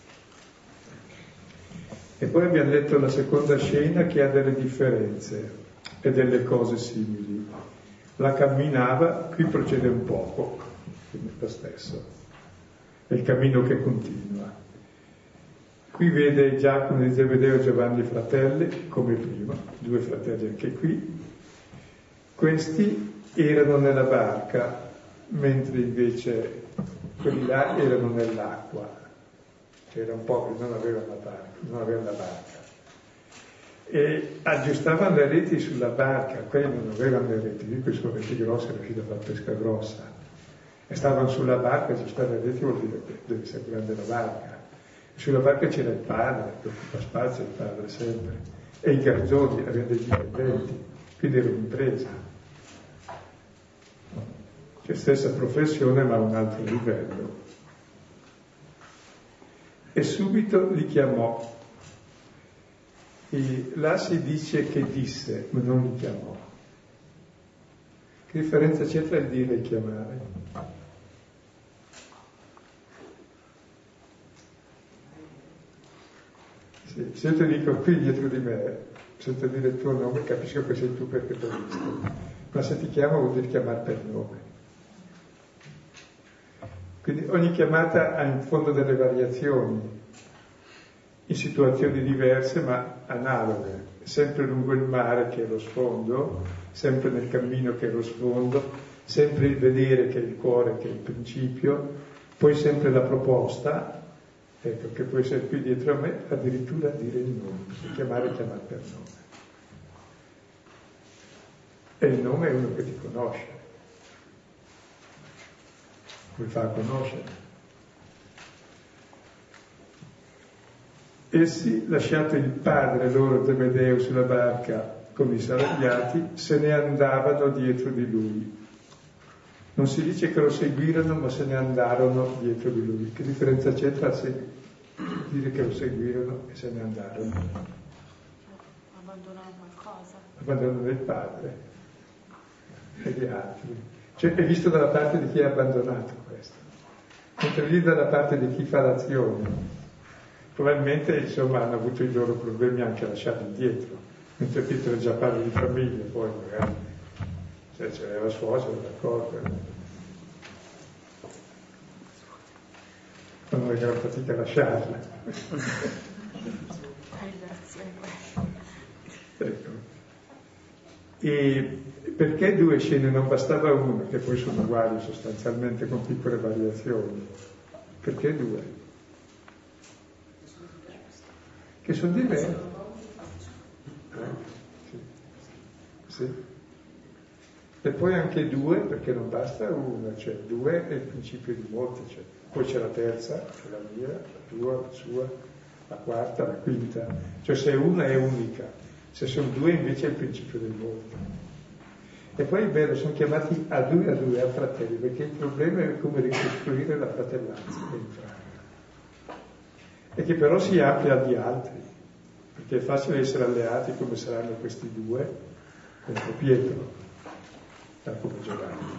E poi abbiamo letto la seconda scena che ha delle differenze e delle cose simili. La camminava, qui procede un poco, quindi lo stesso, è il cammino che continua. Qui vede Giacomo di Zebedeo e Giovanni fratelli, come prima, due fratelli anche qui. Questi erano nella barca, mentre invece quelli là erano nell'acqua. C'era un po' che non avevano la barca, non avevano la barca. e aggiustavano le reti sulla barca. Quelli non avevano le reti, qui sono reti grosse, riuscite a fare pesca grossa, e stavano sulla barca. Aggiustare le reti vuol dire che deve essere grande la barca. E sulla barca c'era il padre, che occupa spazio, il padre sempre, e i garzoni, avevano dei dipendenti, quindi era un'impresa, cioè stessa professione ma a un altro livello. E subito li chiamò. E là si dice che disse, ma non li chiamò. Che differenza c'è tra il dire e il chiamare? Sì, se io ti dico qui dietro di me, senza dire il tuo nome, capisco che sei tu perché ti ho visto. Ma se ti chiamo vuol dire chiamare per nome. Quindi ogni chiamata ha in fondo delle variazioni, in situazioni diverse ma analoghe, sempre lungo il mare che è lo sfondo, sempre nel cammino che è lo sfondo, sempre il vedere che è il cuore, che è il principio, poi sempre la proposta, ecco, che può essere qui dietro a me, addirittura dire il nome, chiamare e chiamare per nome. E il nome è uno che ti conosce, mi fa conoscere. Essi, lasciato il padre loro Zebedeo sulla barca con i salariati, se ne andavano dietro di lui. Non si dice che lo seguirono, ma se ne andarono dietro di lui. Che differenza c'è tra se... dire che lo seguirono e se ne andarono? Abbandonano qualcosa. Abbandonano il padre e gli altri. Cioè è visto dalla parte di chi è abbandonato questo, mentre lì dalla parte di chi fa l'azione. Probabilmente insomma hanno avuto i loro problemi anche lasciati indietro, mentre Pietro già parla di famiglia, poi magari cioè, c'era la suocera, d'accordo, fanno una gran fatica a lasciarla. Ecco. E perché due scene? Non bastava una, che poi sono uguali sostanzialmente con piccole variazioni. Perché due? Che sono diversi. Eh, sì. Sì. E poi anche due, perché non basta una, cioè due è il principio di molti, cioè, poi c'è la terza, c'è la mia, la tua, la sua, la quarta, la quinta. Cioè se una è unica, se sono due invece è il principio del molti. E poi è bello, sono chiamati a due a due, a fratelli, perché il problema è come ricostruire la fratellanza entrare. E che però si apre agli altri, perché è facile essere alleati come saranno questi due contro Pietro, Giacomo e Giovanni.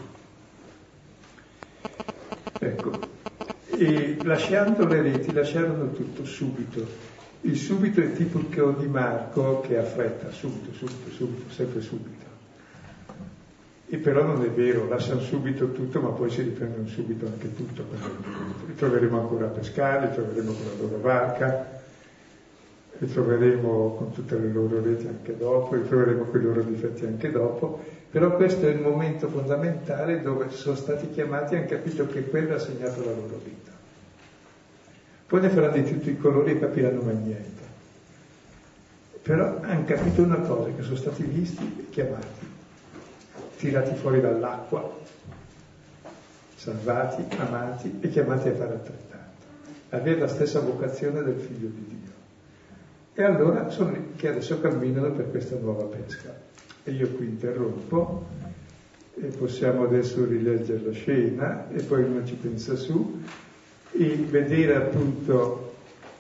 Ecco, e lasciando le reti, lasciarono tutto subito. Il subito è tipico di Marco che ha fretta, subito, subito, subito, sempre subito. E però non è vero, lasciano subito tutto, ma poi si riprendono subito anche tutto. Li troveremo ancora a pescare, li troveremo con la loro barca, li troveremo con tutte le loro reti anche dopo, li troveremo con i loro difetti anche dopo, però questo è il momento fondamentale dove sono stati chiamati e hanno capito che quello ha segnato la loro vita. Poi ne faranno di tutti i colori e capiranno mai niente. Però hanno capito una cosa, che sono stati visti e chiamati, tirati fuori dall'acqua, salvati, amati e chiamati a fare altrettanto, avere la stessa vocazione del Figlio di Dio. E allora sono lì che adesso camminano per questa nuova pesca. E io qui interrompo e possiamo adesso rileggere la scena e poi uno ci pensa su e vedere appunto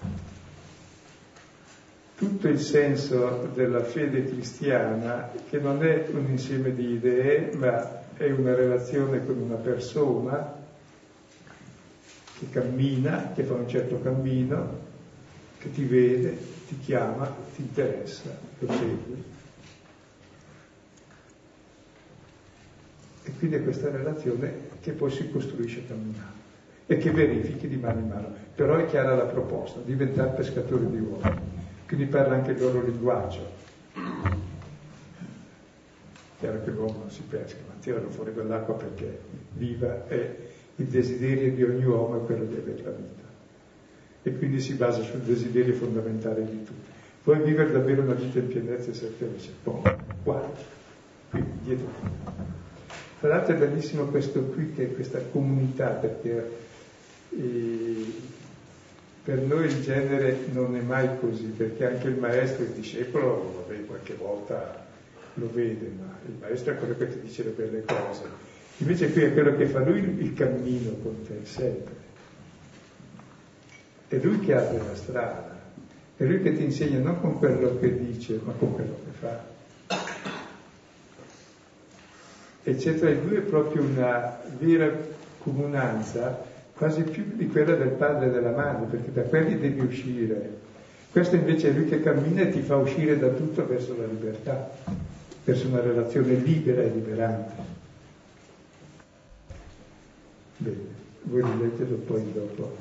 tutto il senso della fede cristiana, che non è un insieme di idee, ma è una relazione con una persona che cammina, che fa un certo cammino, che ti vede, ti chiama, ti interessa, lo segui. E quindi è questa relazione che poi si costruisce camminando e che verifichi di mano in mano. Però è chiara la proposta, diventare pescatori di uomini. Quindi parla anche il loro linguaggio. Chiaro che l'uomo non si pesca, ma tirano fuori dall'acqua perché viva e il desiderio di ogni uomo è quello di avere la vita. E quindi si basa sul desiderio fondamentale di tutti. Vuoi vivere davvero una vita in pienezza e certezza? Poi, guarda, qui, dietro. Tra l'altro è bellissimo questo qui, che è questa comunità, perché eh, per noi il genere non è mai così, perché anche il maestro, il discepolo, vabbè, qualche volta lo vede, ma il maestro è quello che ti dice le belle cose. Invece qui è quello che fa lui il cammino con te, sempre. È lui che apre la strada, è lui che ti insegna non con quello che dice, ma con quello che fa. E c'è tra i due proprio una vera comunanza, quasi più di quella del padre e della madre, perché da quelli devi uscire. Questo invece è lui che cammina e ti fa uscire da tutto verso la libertà, verso una relazione libera e liberante. Bene, voi leggetelo poi dopo.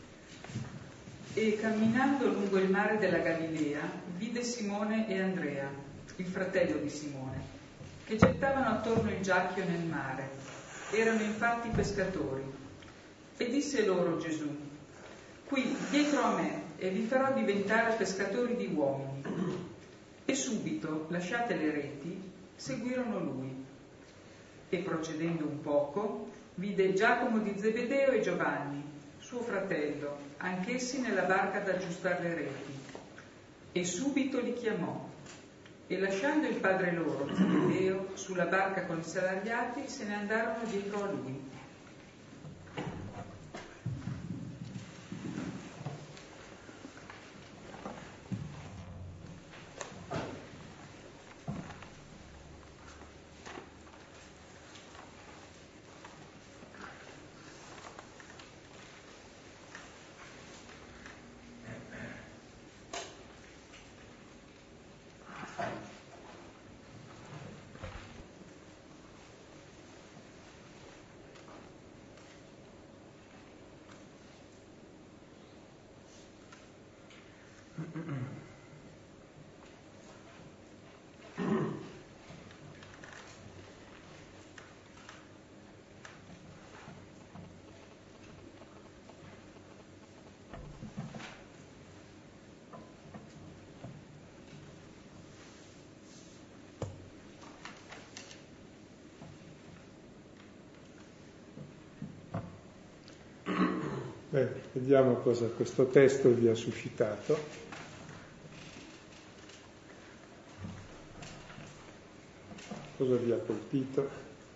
E camminando lungo il mare della Galilea, vide Simone e Andrea, il fratello di Simone, che gettavano attorno il giacchio nel mare. Erano infatti pescatori. E disse loro Gesù: qui, dietro a me, e vi farò diventare pescatori di uomini. E subito, lasciate le reti, seguirono lui. E procedendo un poco, vide Giacomo di Zebedeo e Giovanni, suo fratello, anch'essi nella barca ad aggiustare le reti. E subito li chiamò. E lasciando il padre loro, Zebedeo, sulla barca con i salariati, se ne andarono dietro a lui. Beh, vediamo cosa questo testo vi ha suscitato. Cosa vi ha colpito?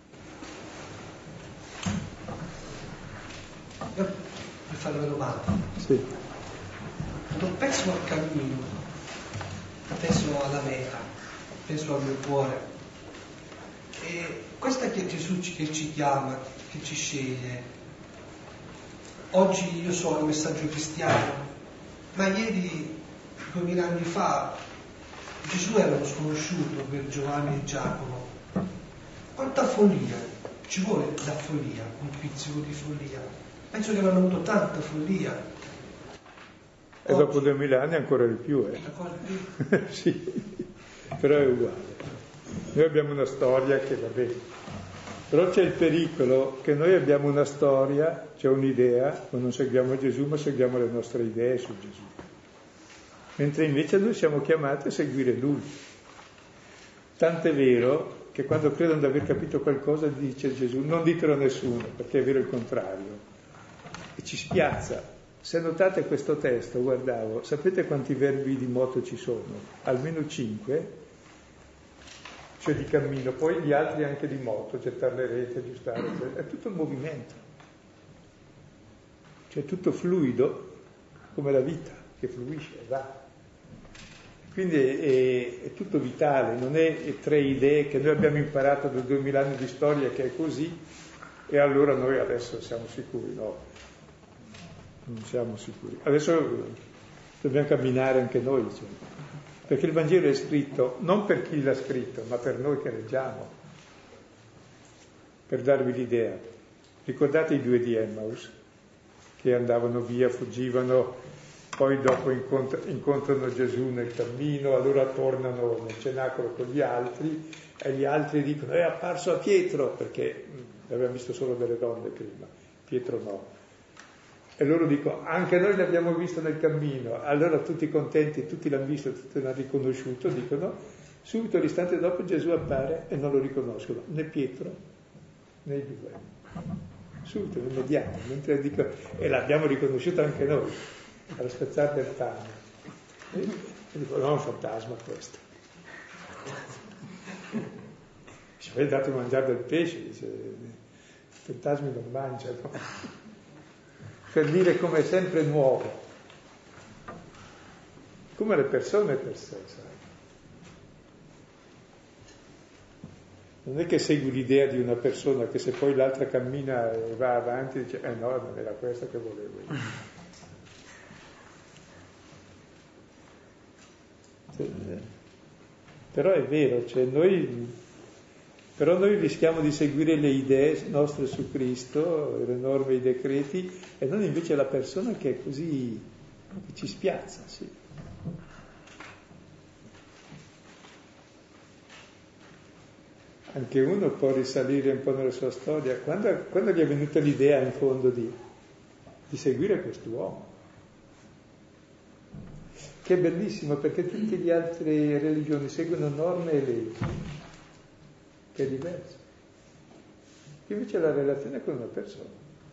Io per fare una domanda. Sì. Quando penso al cammino, penso alla meta, penso al mio cuore. E questa che Gesù ci, che ci chiama, che ci sceglie. Oggi io so il messaggio cristiano, ma ieri, duemila anni fa, Gesù era uno sconosciuto per Giovanni e Giacomo. Quanta follia, ci vuole la follia, un pizzico di follia. Penso che avranno avuto tanta follia. E oggi, dopo duemila anni ancora di più, eh? Ancora di più? Sì, però è uguale. Noi abbiamo una storia che va bene. Però c'è il pericolo che noi abbiamo una storia, c'è un'idea, ma non seguiamo Gesù, ma seguiamo le nostre idee su Gesù. Mentre invece noi siamo chiamati a seguire Lui. Tant'è vero che quando credono di aver capito qualcosa dice Gesù: non ditelo a nessuno, perché è vero il contrario. E ci spiazza. Se notate questo testo, guardavo, sapete quanti verbi di moto ci sono? Almeno cinque. Cioè di cammino, poi gli altri anche di moto, gettare le reti, aggiustare, è tutto il movimento, cioè tutto fluido, come la vita che fluisce, va. Quindi è, è, è tutto vitale, non è, è tre idee che noi abbiamo imparato da duemila anni di storia che è così, e allora noi adesso siamo sicuri, no, non siamo sicuri. Adesso dobbiamo camminare anche noi, cioè. Perché il Vangelo è scritto non per chi l'ha scritto, ma per noi che leggiamo, per darvi l'idea. Ricordate i due di Emmaus, che andavano via, fuggivano, poi dopo incontr- incontrano Gesù nel cammino, allora tornano nel cenacolo con gli altri, e gli altri dicono: è apparso a Pietro, perché mh, avevamo visto solo delle donne prima, Pietro no. E loro dicono, anche noi l'abbiamo visto nel cammino. Allora tutti contenti, tutti l'hanno visto, tutti l'hanno riconosciuto, dicono, subito l'istante dopo Gesù appare e non lo riconoscono, né Pietro né i due. Subito, immediato, mentre dico, e l'abbiamo riconosciuto anche noi, allo spezzare del pane. E, e dico, no, è un fantasma questo. Ci avete dato a mangiare del pesce, dice, i fantasmi non mangiano. Per dire come è sempre nuovo, come le persone per sé, sai. Non è che segui l'idea di una persona che se poi l'altra cammina e va avanti dice eh no, non era questa che volevo io. Sì. Però è vero, cioè noi però noi rischiamo di seguire le idee nostre su Cristo, le norme, i decreti, e non invece la persona che è così, che ci spiazza, sì. Anche uno può risalire un po' nella sua storia. Quando, quando gli è venuta l'idea in fondo di, di seguire quest'uomo? Che è bellissimo, perché tutte le altre religioni seguono norme e leggi, che è diverso. Invece la relazione con una persona.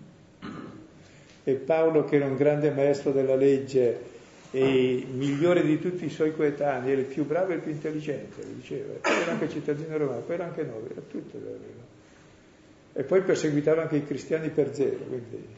E Paolo, che era un grande maestro della legge e migliore di tutti i suoi coetanei, era il più bravo e il più intelligente, lo diceva, poi era anche cittadino romano, poi era anche nobile, era tutto vero. E poi perseguitava anche i cristiani per zero, quindi.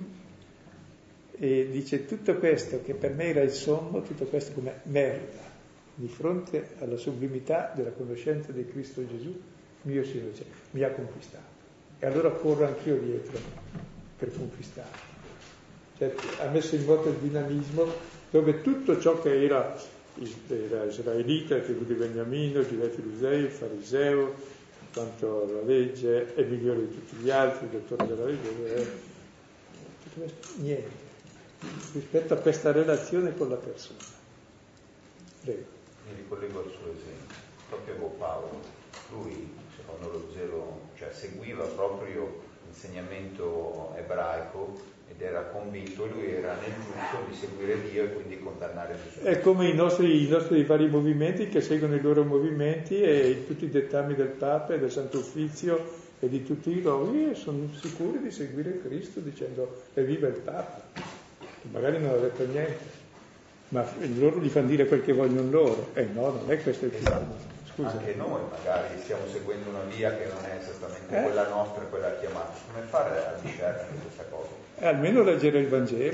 E dice tutto questo che per me era il sommo, tutto questo come merda di fronte alla sublimità della conoscenza di Cristo Gesù, mio Signore, cioè, mi ha conquistato. E allora corro anch'io dietro per conquistarlo. Cioè, ha messo in moto il dinamismo dove tutto ciò che era, era israelita, la tribù di Beniamino, Giudei Filisei, il fariseo, quanto la legge, è migliore di tutti gli altri, il dottore della legge, eh, tutto questo, niente, rispetto a questa relazione con la persona. Prego. Mi ricollego al suo esempio, proprio Paolo, lui secondo lo zelo, cioè seguiva proprio l'insegnamento ebraico ed era convinto, lui era nel giusto di seguire Dio e quindi condannare Gesù. È come i nostri, i nostri vari movimenti che seguono i loro movimenti e tutti i dettami del Papa e del Santo Uffizio e di tutti loro sono sicuri di seguire Cristo dicendo evviva il Papa, che magari non ha detto niente, ma loro gli fanno dire quel che vogliono loro. E eh no, non è questo il piano. Scusa. Anche noi magari stiamo seguendo una via che non è esattamente eh? quella nostra, quella chiamata. Come fare a discernere questa cosa? Eh, almeno leggere il Vangelo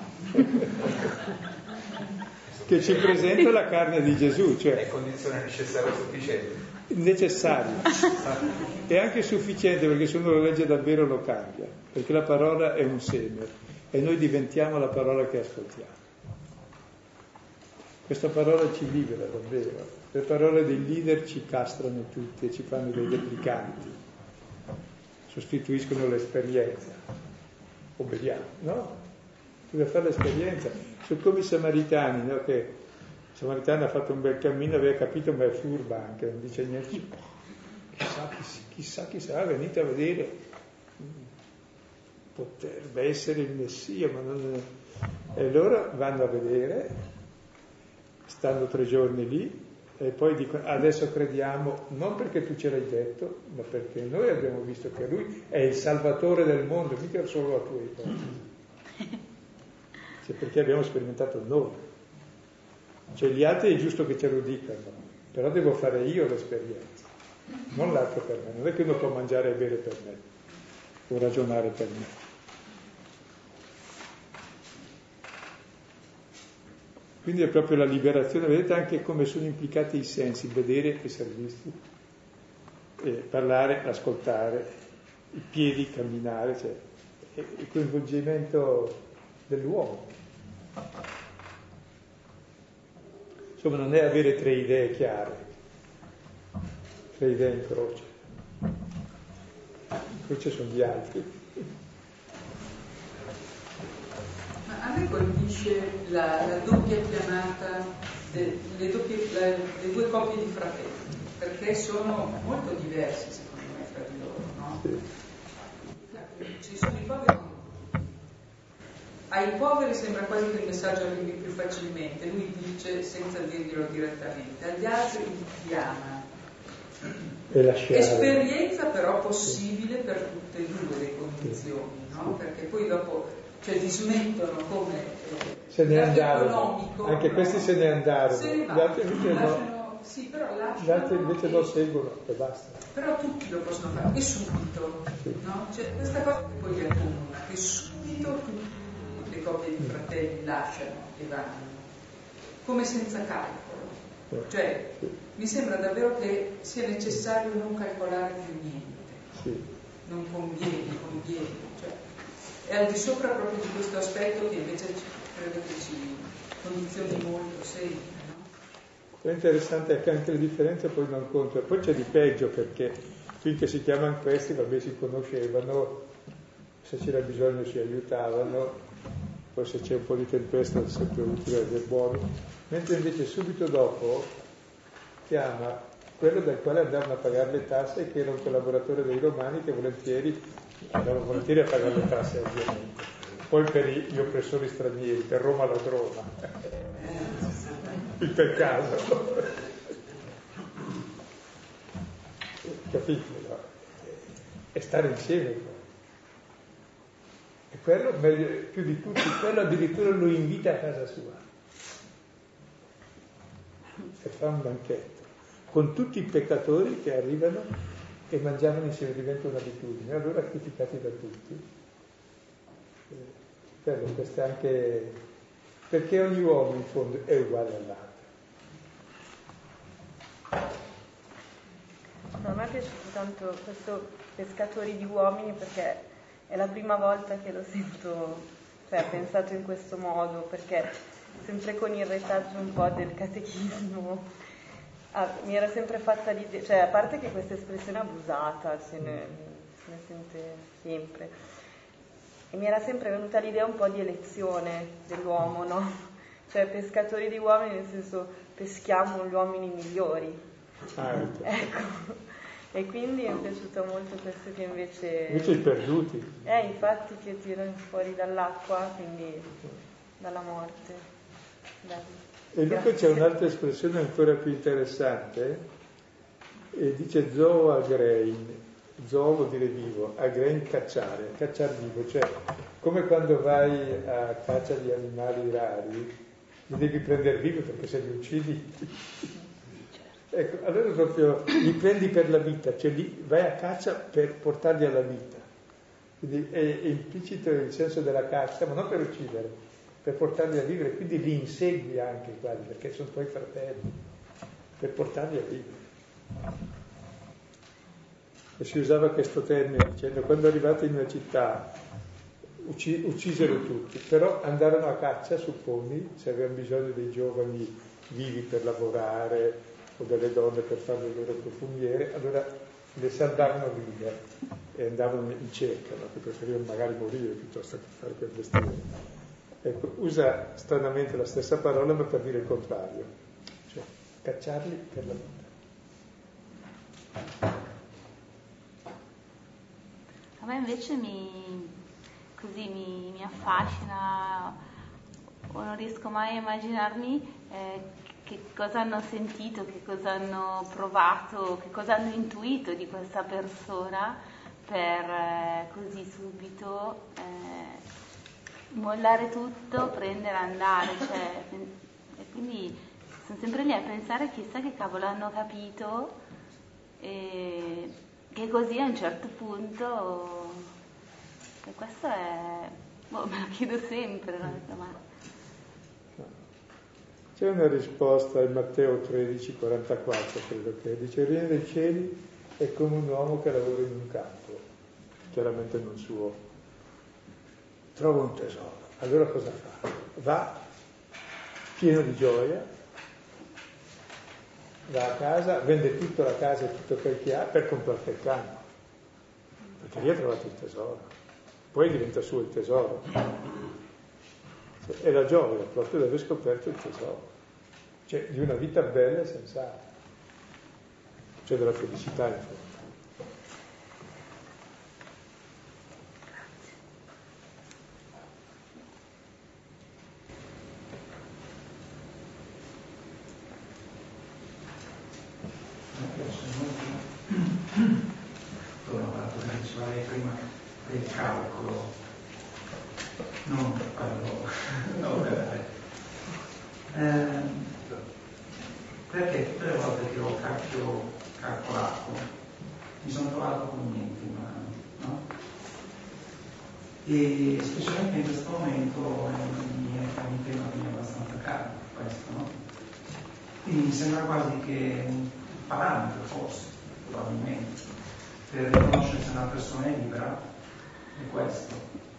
che ci presenta la carne di Gesù, cioè è condizione necessaria e sufficiente. Necessario e anche sufficiente, perché se uno lo legge davvero lo cambia, perché la parola è un seme e noi diventiamo la parola che ascoltiamo. Questa parola ci libera davvero. Le parole dei leader ci castrano tutti e ci fanno dei replicanti, sostituiscono l'esperienza. Obbediamo, no? Bisogna fare l'esperienza. Sono come i samaritani, no? Che il samaritano ha fatto un bel cammino, aveva capito, ma è furba anche, non dice niente. Chissà, chissà, chissà chi sarà, venite a vedere. Potrebbe essere il Messia, ma non. E loro vanno a vedere, stanno tre giorni lì e poi dicono adesso crediamo non perché tu ce l'hai detto, ma perché noi abbiamo visto che lui è il salvatore del mondo, mica solo la tua ipotesi, cioè perché abbiamo sperimentato noi, cioè gli altri è giusto che ce lo dicano, però devo fare io l'esperienza, non l'altro per me. Non è che uno può mangiare e bere per me o ragionare per me. Quindi è proprio la liberazione, vedete anche come sono implicati i sensi, vedere, essere visti, eh, parlare, ascoltare, i piedi, camminare, cioè il coinvolgimento dell'uomo. Insomma, non è avere tre idee chiare, tre idee in croce. In croce sono gli altri. Ma a me colpisce la, la doppia chiamata, de, le, doppie, la, le due coppie di fratelli, perché sono molto diversi secondo me fra di loro, no? Ci sono i poveri ai poveri sembra quasi che il messaggio arrivi più facilmente, lui dice senza dirglielo direttamente, agli altri li ama. E lasciare. Esperienza però possibile per tutte e due le condizioni, no? Perché poi dopo cioè dismettono come eh, se ne andarono, economico, anche no? questi se ne andarono, se ne gli altri invece lasciano, no. Sì, però lasciano, Gli altri invece e, lo seguono e basta. Però tutti lo possono fare, e subito, Sì. no? Cioè, questa cosa che poi li accomuna, che subito tutte le coppie di fratelli lasciano e vanno, come senza calcolo. Cioè, Sì. mi sembra davvero che sia necessario non calcolare più niente. Sì. Non conviene, conviene. Cioè, è al di sopra proprio di questo aspetto che invece ci, credo che ci condizioni molto sempre. È interessante è che anche le differenze poi non contano, poi c'è di peggio perché finché si chiamano questi, vabbè, si conoscevano, se c'era bisogno si aiutavano, poi se c'è un po' di tempesta è sempre utile ed è buono, mentre invece subito dopo chiama quello dal quale andavano a pagare le tasse, che era un collaboratore dei Romani che volentieri andava volentieri a pagare le tasse ovviamente, poi per gli oppressori stranieri, per Roma ladrona. Per caso, capito? No? E stare insieme poi. E quello meglio, più di tutti, quello addirittura lo invita a casa sua e fa un banchetto con tutti i peccatori che arrivano e mangiavano insieme, diventa un'abitudine, allora criticati da tutti. Eh, quello, questo è anche perché ogni uomo in fondo è uguale all'altro. No, a me è piaciuto tanto questo pescatori di uomini perché è la prima volta che lo sento, cioè pensato in questo modo, perché sempre con il retaggio un po' del catechismo ah, mi era sempre fatta l'idea, cioè a parte che questa espressione è abusata, se ne, se ne sente sempre, e mi era sempre venuta l'idea un po' di elezione dell'uomo, no? Cioè pescatori di uomini nel senso peschiamo gli uomini migliori. Ah, ecco. Ecco, e quindi mi è piaciuto molto questo che invece... Invece i perduti. Eh, infatti che tirano fuori dall'acqua, quindi dalla morte. Dai. E dopo c'è un'altra espressione ancora più interessante, e dice zoo agrein, zoo vuol dire vivo, agrein cacciare, cacciar vivo, cioè come quando vai a caccia di animali rari, li devi prendere vivi perché se li uccidi... Ecco, allora proprio li prendi per la vita, cioè li vai a caccia per portarli alla vita. Quindi è, è implicito il senso della caccia, ma non per uccidere, per portarli a vivere, quindi li insegui anche quasi, perché sono tuoi fratelli, per portarli a vivere. E si usava questo termine dicendo quando arrivate in una città ucc- uccisero tutti, però andarono a caccia, supponi, se avevano bisogno dei giovani vivi per lavorare, o delle donne per fare le loro profumiere, allora le salvavano vive e andavano in cerca, no? Che preferivano magari morire piuttosto che fare quel mestiere. Ecco, usa stranamente la stessa parola ma per dire il contrario, cioè cacciarli per la vita. A me invece mi, così mi, mi affascina, o non riesco mai a immaginarmi eh, che cosa hanno sentito, che cosa hanno provato, che cosa hanno intuito di questa persona per eh, così subito eh, mollare tutto, prendere, andare, cioè, e quindi sono sempre lì a pensare chissà che cavolo hanno capito e che così a un certo punto, e questo è, boh, me lo chiedo sempre, no? Ma, c'è una risposta in Matteo tredici quarantaquattro, credo che dice: il regno dei cieli è come un uomo che lavora in un campo, chiaramente non suo, trova un tesoro. Allora cosa fa? Va pieno di gioia, va a casa, vende tutta la casa e tutto quel che ha per comprare il campo, perché lì ha trovato il tesoro, poi diventa suo il tesoro. È la gioia proprio di aver scoperto il tesoro, cioè di una vita bella e sensata, cioè della felicità in fondo. calcolo, non per quello, no, per, eh, perché tutte le volte che ho, che ho calcolato mi sono trovato con niente in mano, no? E specialmente in questo momento è un tema che mi è abbastanza caro, questo, no? Quindi mi sembra quasi che un parametro, forse, probabilmente, per riconoscere se una persona è libera è questo,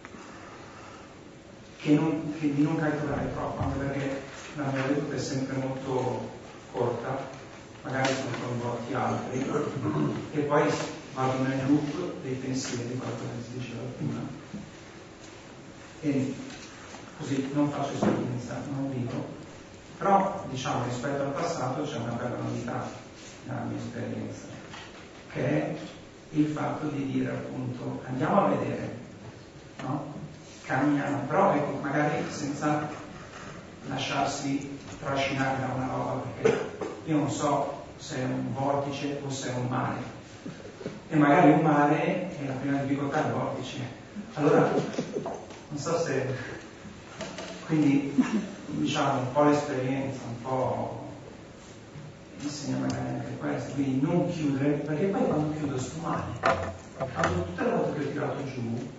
che, non, che di non calcolare troppo, anche perché la mia veduta è sempre molto corta, magari sono coinvolti altri, e poi vado nel loop dei pensieri, quello che si diceva prima, e così non faccio esperienza, non vivo. Però, diciamo, rispetto al passato c'è una bella novità nella mia esperienza, che è il fatto di dire appunto andiamo a vedere, no? Camminiamo, però ecco, magari senza lasciarsi trascinare da una roba, perché io non so se è un vortice o se è un mare, e magari un mare è la prima difficoltà il vortice, allora non so se, quindi diciamo un po' l'esperienza, un po' insegna magari anche questo, quindi non chiudere, perché poi quando chiudo sto male. Quando tutte le volte che ho tirato giù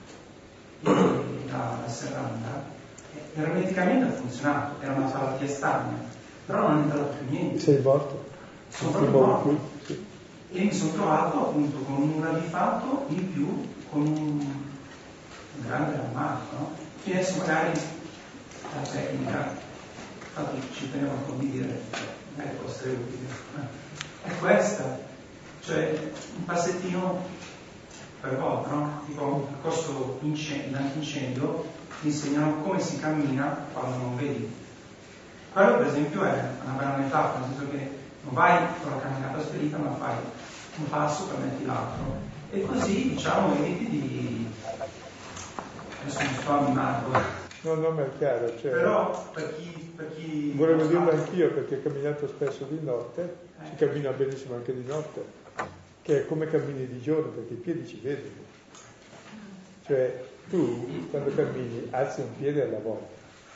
la, la serranda, ermeticamente ha funzionato, era una malattia stagna, però non è entrato più niente. Sei morto? Sono proprio morto. Sì. E mi sono trovato appunto con un radifatto in più, con un, un grande rammarico, no? Quindi adesso magari la tecnica, infatti ci tenevo a condividere, magari può essere utile, è questa, cioè un passettino per volta, no? Tipo un percorso d'antincendio ti insegnano come si cammina quando non vedi. Quello per esempio è una bella metafora, nel senso che non vai con la camminata spedita, ma fai un passo per metti l'altro, e così diciamo eviti di, adesso mi sto animando. No, no, ma è chiaro, cioè, però per chi, per chi volevo dirlo anch'io, perché ho camminato spesso di notte, eh. si cammina benissimo anche di notte, che è come cammini di giorno, perché i piedi ci vedono. Cioè tu quando cammini alzi un piede alla volta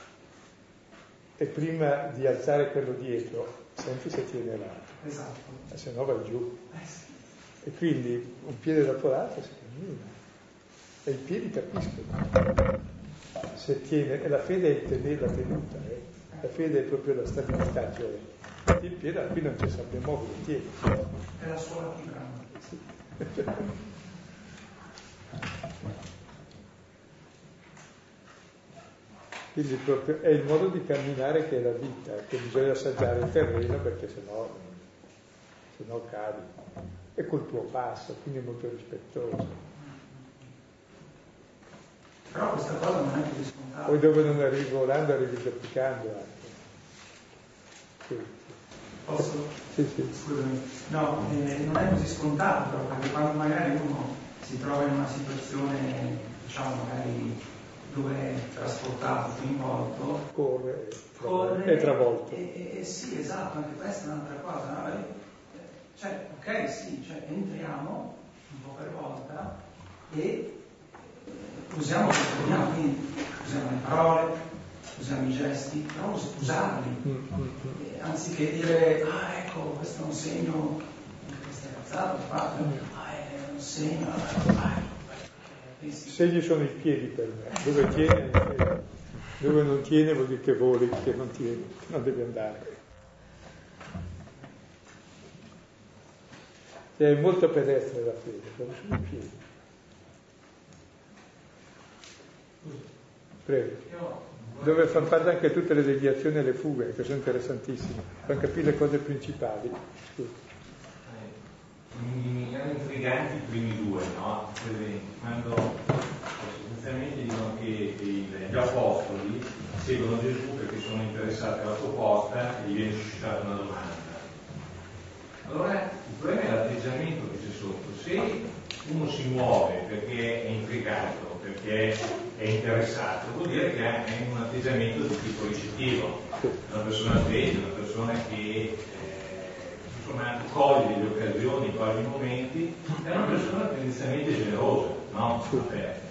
e prima di alzare quello dietro senti se tiene l'altro, esatto, se no vai giù, eh sì. E quindi un piede dopo l'altro si cammina e i piedi capiscono se tiene, e la fede è il tenere, la tenuta, eh? La fede è proprio la stabilità, cioè il piede qui non c'è sabbia mobile, tieni, è la suola più grande. sì. Quindi proprio è il modo di camminare che è la vita, che bisogna assaggiare il terreno, perché sennò, sennò cadi. E col tuo passo, quindi molto rispettoso. Però questa cosa non è così scontata. Poi dove non arrivi volando arrivi zoppicando anche. Sì, sì. Posso? Sì, sì. Scusami. No, eh, non è così scontato, però, perché quando magari uno si trova in una situazione, diciamo, magari dove è trasportato, coinvolto, corre, corre è travolto. E, e, e sì, esatto, anche questa è un'altra cosa, no? E, cioè, ok, sì, cioè, entriamo un po' per volta e usiamo quello che vogliamo, quindi usiamo le parole, usiamo i gesti, però usarli, mm-hmm. Anziché dire, ah ecco, questo è un segno, questo è cazzato, fatto, ah è un segno, vai. I segni sono i piedi per me, dove tiene, dove non tiene vuol dire che voli, che non tiene, che non devi andare. È molto pedestre la fede, dove sono i piedi. Prego. Dove fanno parte anche tutte le deviazioni e le fughe, che sono interessantissime, fanno capire le cose principali. Scusa. Mi erano intriganti i primi due, no? Quando sostanzialmente dicono che gli apostoli seguono Gesù perché sono interessati alla proposta e gli viene suscitata una domanda. Allora il problema è l'atteggiamento che c'è sotto. Se uno si muove perché è intrigato, perché è interessato, vuol dire che è un atteggiamento di tipo ricettivo, una persona sveglia, una persona che insomma coglie le occasioni, coglie i momenti, è una persona tendenzialmente generosa. no? Aperto.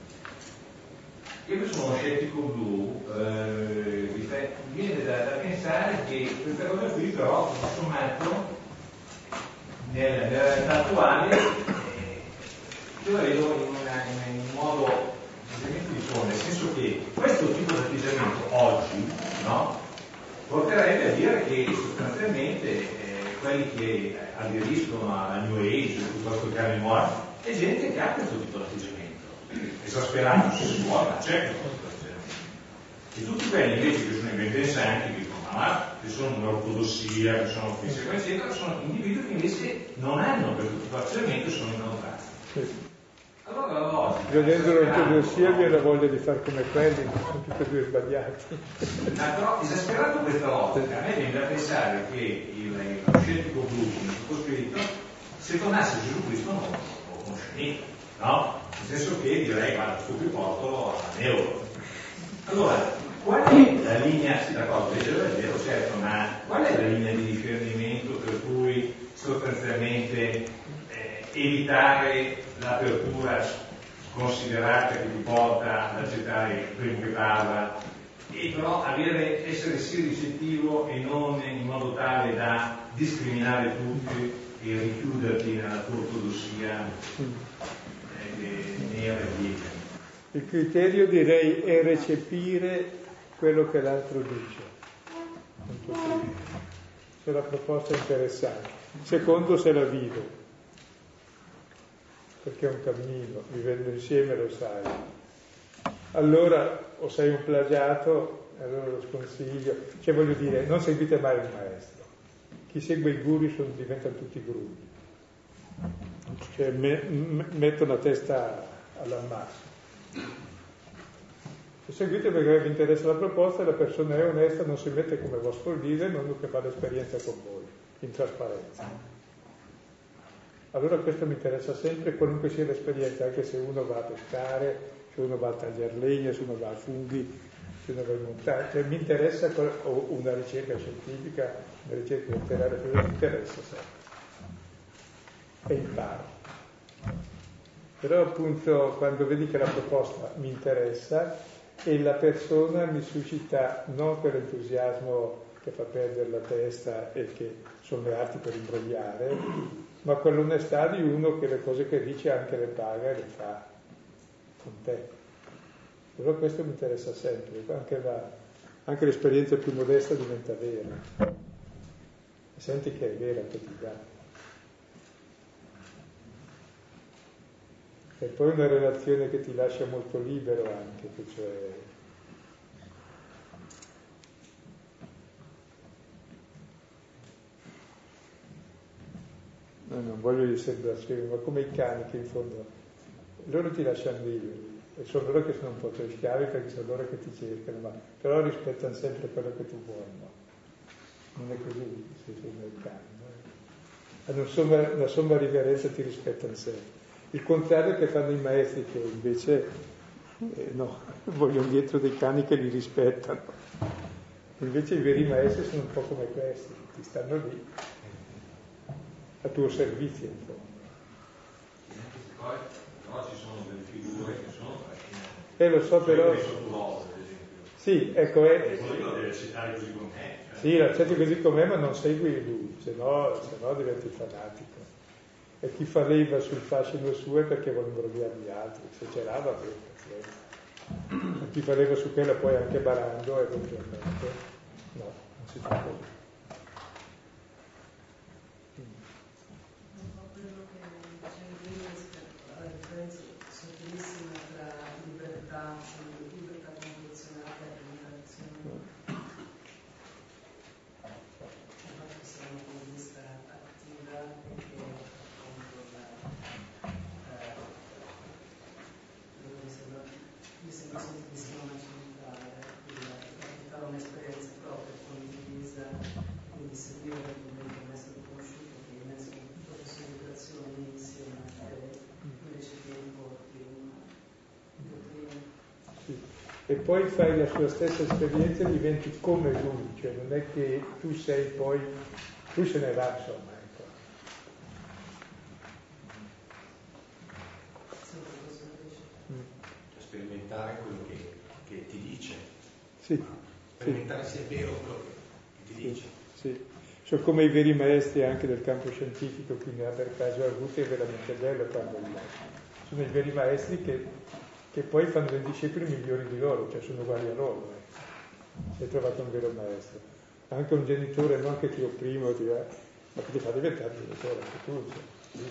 Io che sono uno scettico blu, eh, viene da, da pensare che questa cosa qui però, tutto sommato, nella, nella realtà attuale, eh, io la vedo in, una, in un modo di diffuso, nel senso che questo tipo di atteggiamento oggi, no, porterebbe a dire che sostanzialmente eh, quelli che aderiscono alla New Age, piuttosto che alla memoria, è gente che ha questo tipo di atteggiamento. Esasperato se si vuole, ma c'è questo atteggiamento. E tutti quelli invece che sono i ben pensanti, che dicono ma che sono un'ortodossia, che sono eccetera, eccetera, sono individui che invece non hanno questo tipo di atteggiamento e sono incontrati. Sì. Allora la logica. Vedendo l'ortodossia viene la voglia di fare come quelli, che sono tutti e due sbagliati. Ma però, esasperato questa logica, a me viene da pensare che il, lo scettico blu, come sottoscritto, se tornasse Gesù Cristo non lo conosce, no? Nel senso che direi, guarda, sto qui porto a euro. Allora, qual è la linea, sì d'accordo, è vero, certo, ma qual è la linea di discernimento per cui sostanzialmente eh, evitare l'apertura considerata che ti porta ad accettare il primo che parla e però avere, essere sì ricettivo e non in modo tale da discriminare tutti e richiuderti nella tua ortodossia eh, nera e bianca. Il criterio direi è recepire quello che l'altro dice. Se la proposta è interessante. Secondo, se la vivo. Perché è un cammino, vivendo insieme lo sai. Allora, o sei un plagiato, allora lo sconsiglio. Cioè voglio dire, non seguite mai il maestro. Chi segue i guru sono, diventano tutti guru. Cioè me, me, mettono la testa all'ammasso. Se seguite perché vi interessa la proposta, la persona è onesta, non si mette come vostro leader, non che fa l'esperienza con voi, in trasparenza. Allora questo mi interessa sempre, qualunque sia l'esperienza, anche se uno va a pescare, se uno va a tagliare legna, se uno va a funghi, se uno va a montare, cioè mi interessa, o una ricerca scientifica, una ricerca letteraria, mi interessa sempre. E imparo. Però appunto quando vedi che la proposta mi interessa e la persona mi suscita non quell'entusiasmo che fa perdere la testa e che sono le arti per imbrogliare, ma quell'onestà di uno che le cose che dice anche le paga e le fa con te. Però questo mi interessa sempre, anche, la, anche l'esperienza più modesta diventa vera. E senti che è vera che ti dà. E poi una relazione che ti lascia molto libero anche, che cioè no, non voglio essere blasfemo, ma come i cani che in fondo loro ti lasciano liberi e sono loro che sono un po' tuoi schiavi perché sono loro che ti cercano, ma però rispettano sempre quello che tu vuoi, no? Non è così se sono i cani, no? Hanno una somma, una somma riverenza, ti rispettano sempre. Il contrario che fanno i maestri che invece eh, no, vogliono dietro dei cani che li rispettano. Invece i veri maestri sono un po' come questi, ti stanno lì a tuo servizio. Poi però ci sono delle figure che sono Eh lo so però. Sottovoce, ad esempio. Sì, ecco, è. Quello lo deve accettare così com'è. Cioè. Sì, l'accetti così com'è, ma non segui lui, se no, se no diventi fanatico. E chi fa leva sul fascino suo è perché vuole imbrogliare gli altri, se ce l'ha va bene. Chi fa leva su quella poi anche barando eventualmente, no, non si fa così. Un po' quello che dicevi prima rispetto alla differenza sottilissima tra libertà, libertà condizionata e limitazione. Il fatto che sia una comunista attiva e che mi sembra semplicissimo centrale fare un'esperienza propria, condivisa, quindi seguire appunto il maestro conosciuto che è messo in processo di educazione insieme a te, invece che importi una dottrina. Sì. E poi fai la sua stessa esperienza e diventi come lui, cioè non è che tu sei poi, lui se ne va insomma. Ecco. Sempre così. sperimentare quello che, che ti dice. Sì. Sperimentare se è vero quello che ti Sì, dice. sì. Sono come i veri maestri anche del campo scientifico, quindi per caso Arguti è veramente bello quando li sono i veri maestri che, che poi fanno dei discepoli migliori di loro, cioè sono uguali a loro. Eh. Se hai trovato un vero maestro. Anche un genitore non che ti opprime o ti va, ma che ti fa diventare genitore anche tu. Cioè.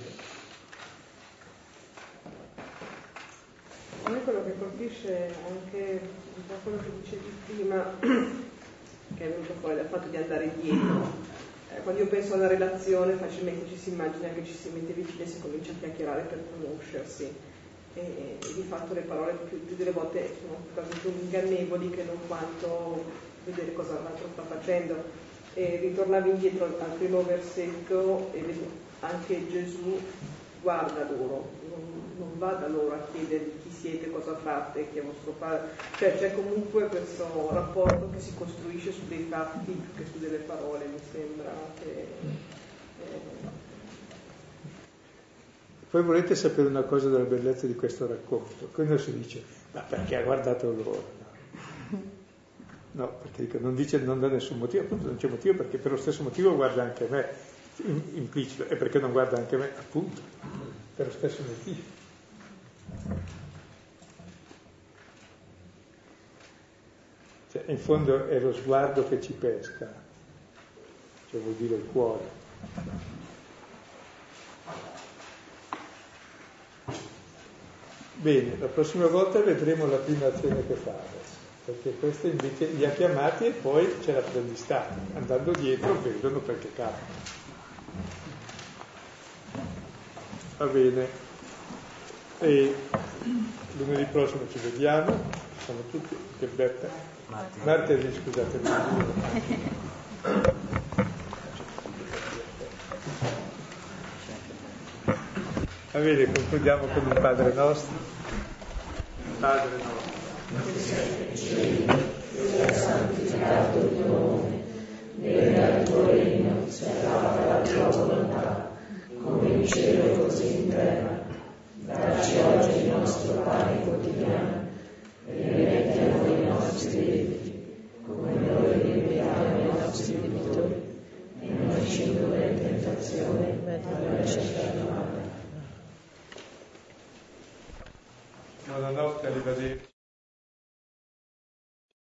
A me quello che colpisce anche un po' quello che dicevi prima, che è venuto fuori dal fatto di andare dietro. Eh, quando io penso alla relazione facilmente ci si immagina che ci si mette vicino e si comincia a chiacchierare per conoscersi e, e, e di fatto le parole più, più delle volte sono quasi più ingannevoli che non quanto vedere cosa l'altro sta facendo. E ritornavi indietro al primo versetto e vedi anche Gesù guarda loro, non, non va da loro a chiedere chi siete, cosa fate, chi è vostro padre, cioè c'è comunque questo rapporto che si costruisce su dei fatti più che su delle parole, mi sembra che, eh... Poi volete sapere una cosa della bellezza di questo racconto? Quando si dice ma perché ha guardato loro? No, perché dico, non dice non da nessun motivo, appunto non c'è motivo, perché per lo stesso motivo guarda anche me, implicito, e perché non guarda anche me, appunto, per lo stesso motivo. Cioè, in fondo è lo sguardo che ci pesca, cioè vuol dire il cuore. Bene, la prossima volta vedremo la prima azione che fa adesso, perché questo invece li ha chiamati e poi c'è l'apprendistato, andando dietro vedono perché cadono. Va bene, e lunedì prossimo ci vediamo, sono tutti, che Berta, Martedì, martedì scusatemi. Va bene, concludiamo con il Padre nostro. Padre nostro. Sia santificato il tuo nome, venga il tuo regno, sia fatta la tua volontà, come in cielo così in terra. Dacci oggi il nostro pane quotidiano e rimetti a noi i nostri debiti, come noi rimettiamo ai nostri debitori, e non ci indurre in tentazione, ma lasciaci dal male. Buonanotte, arrivederci.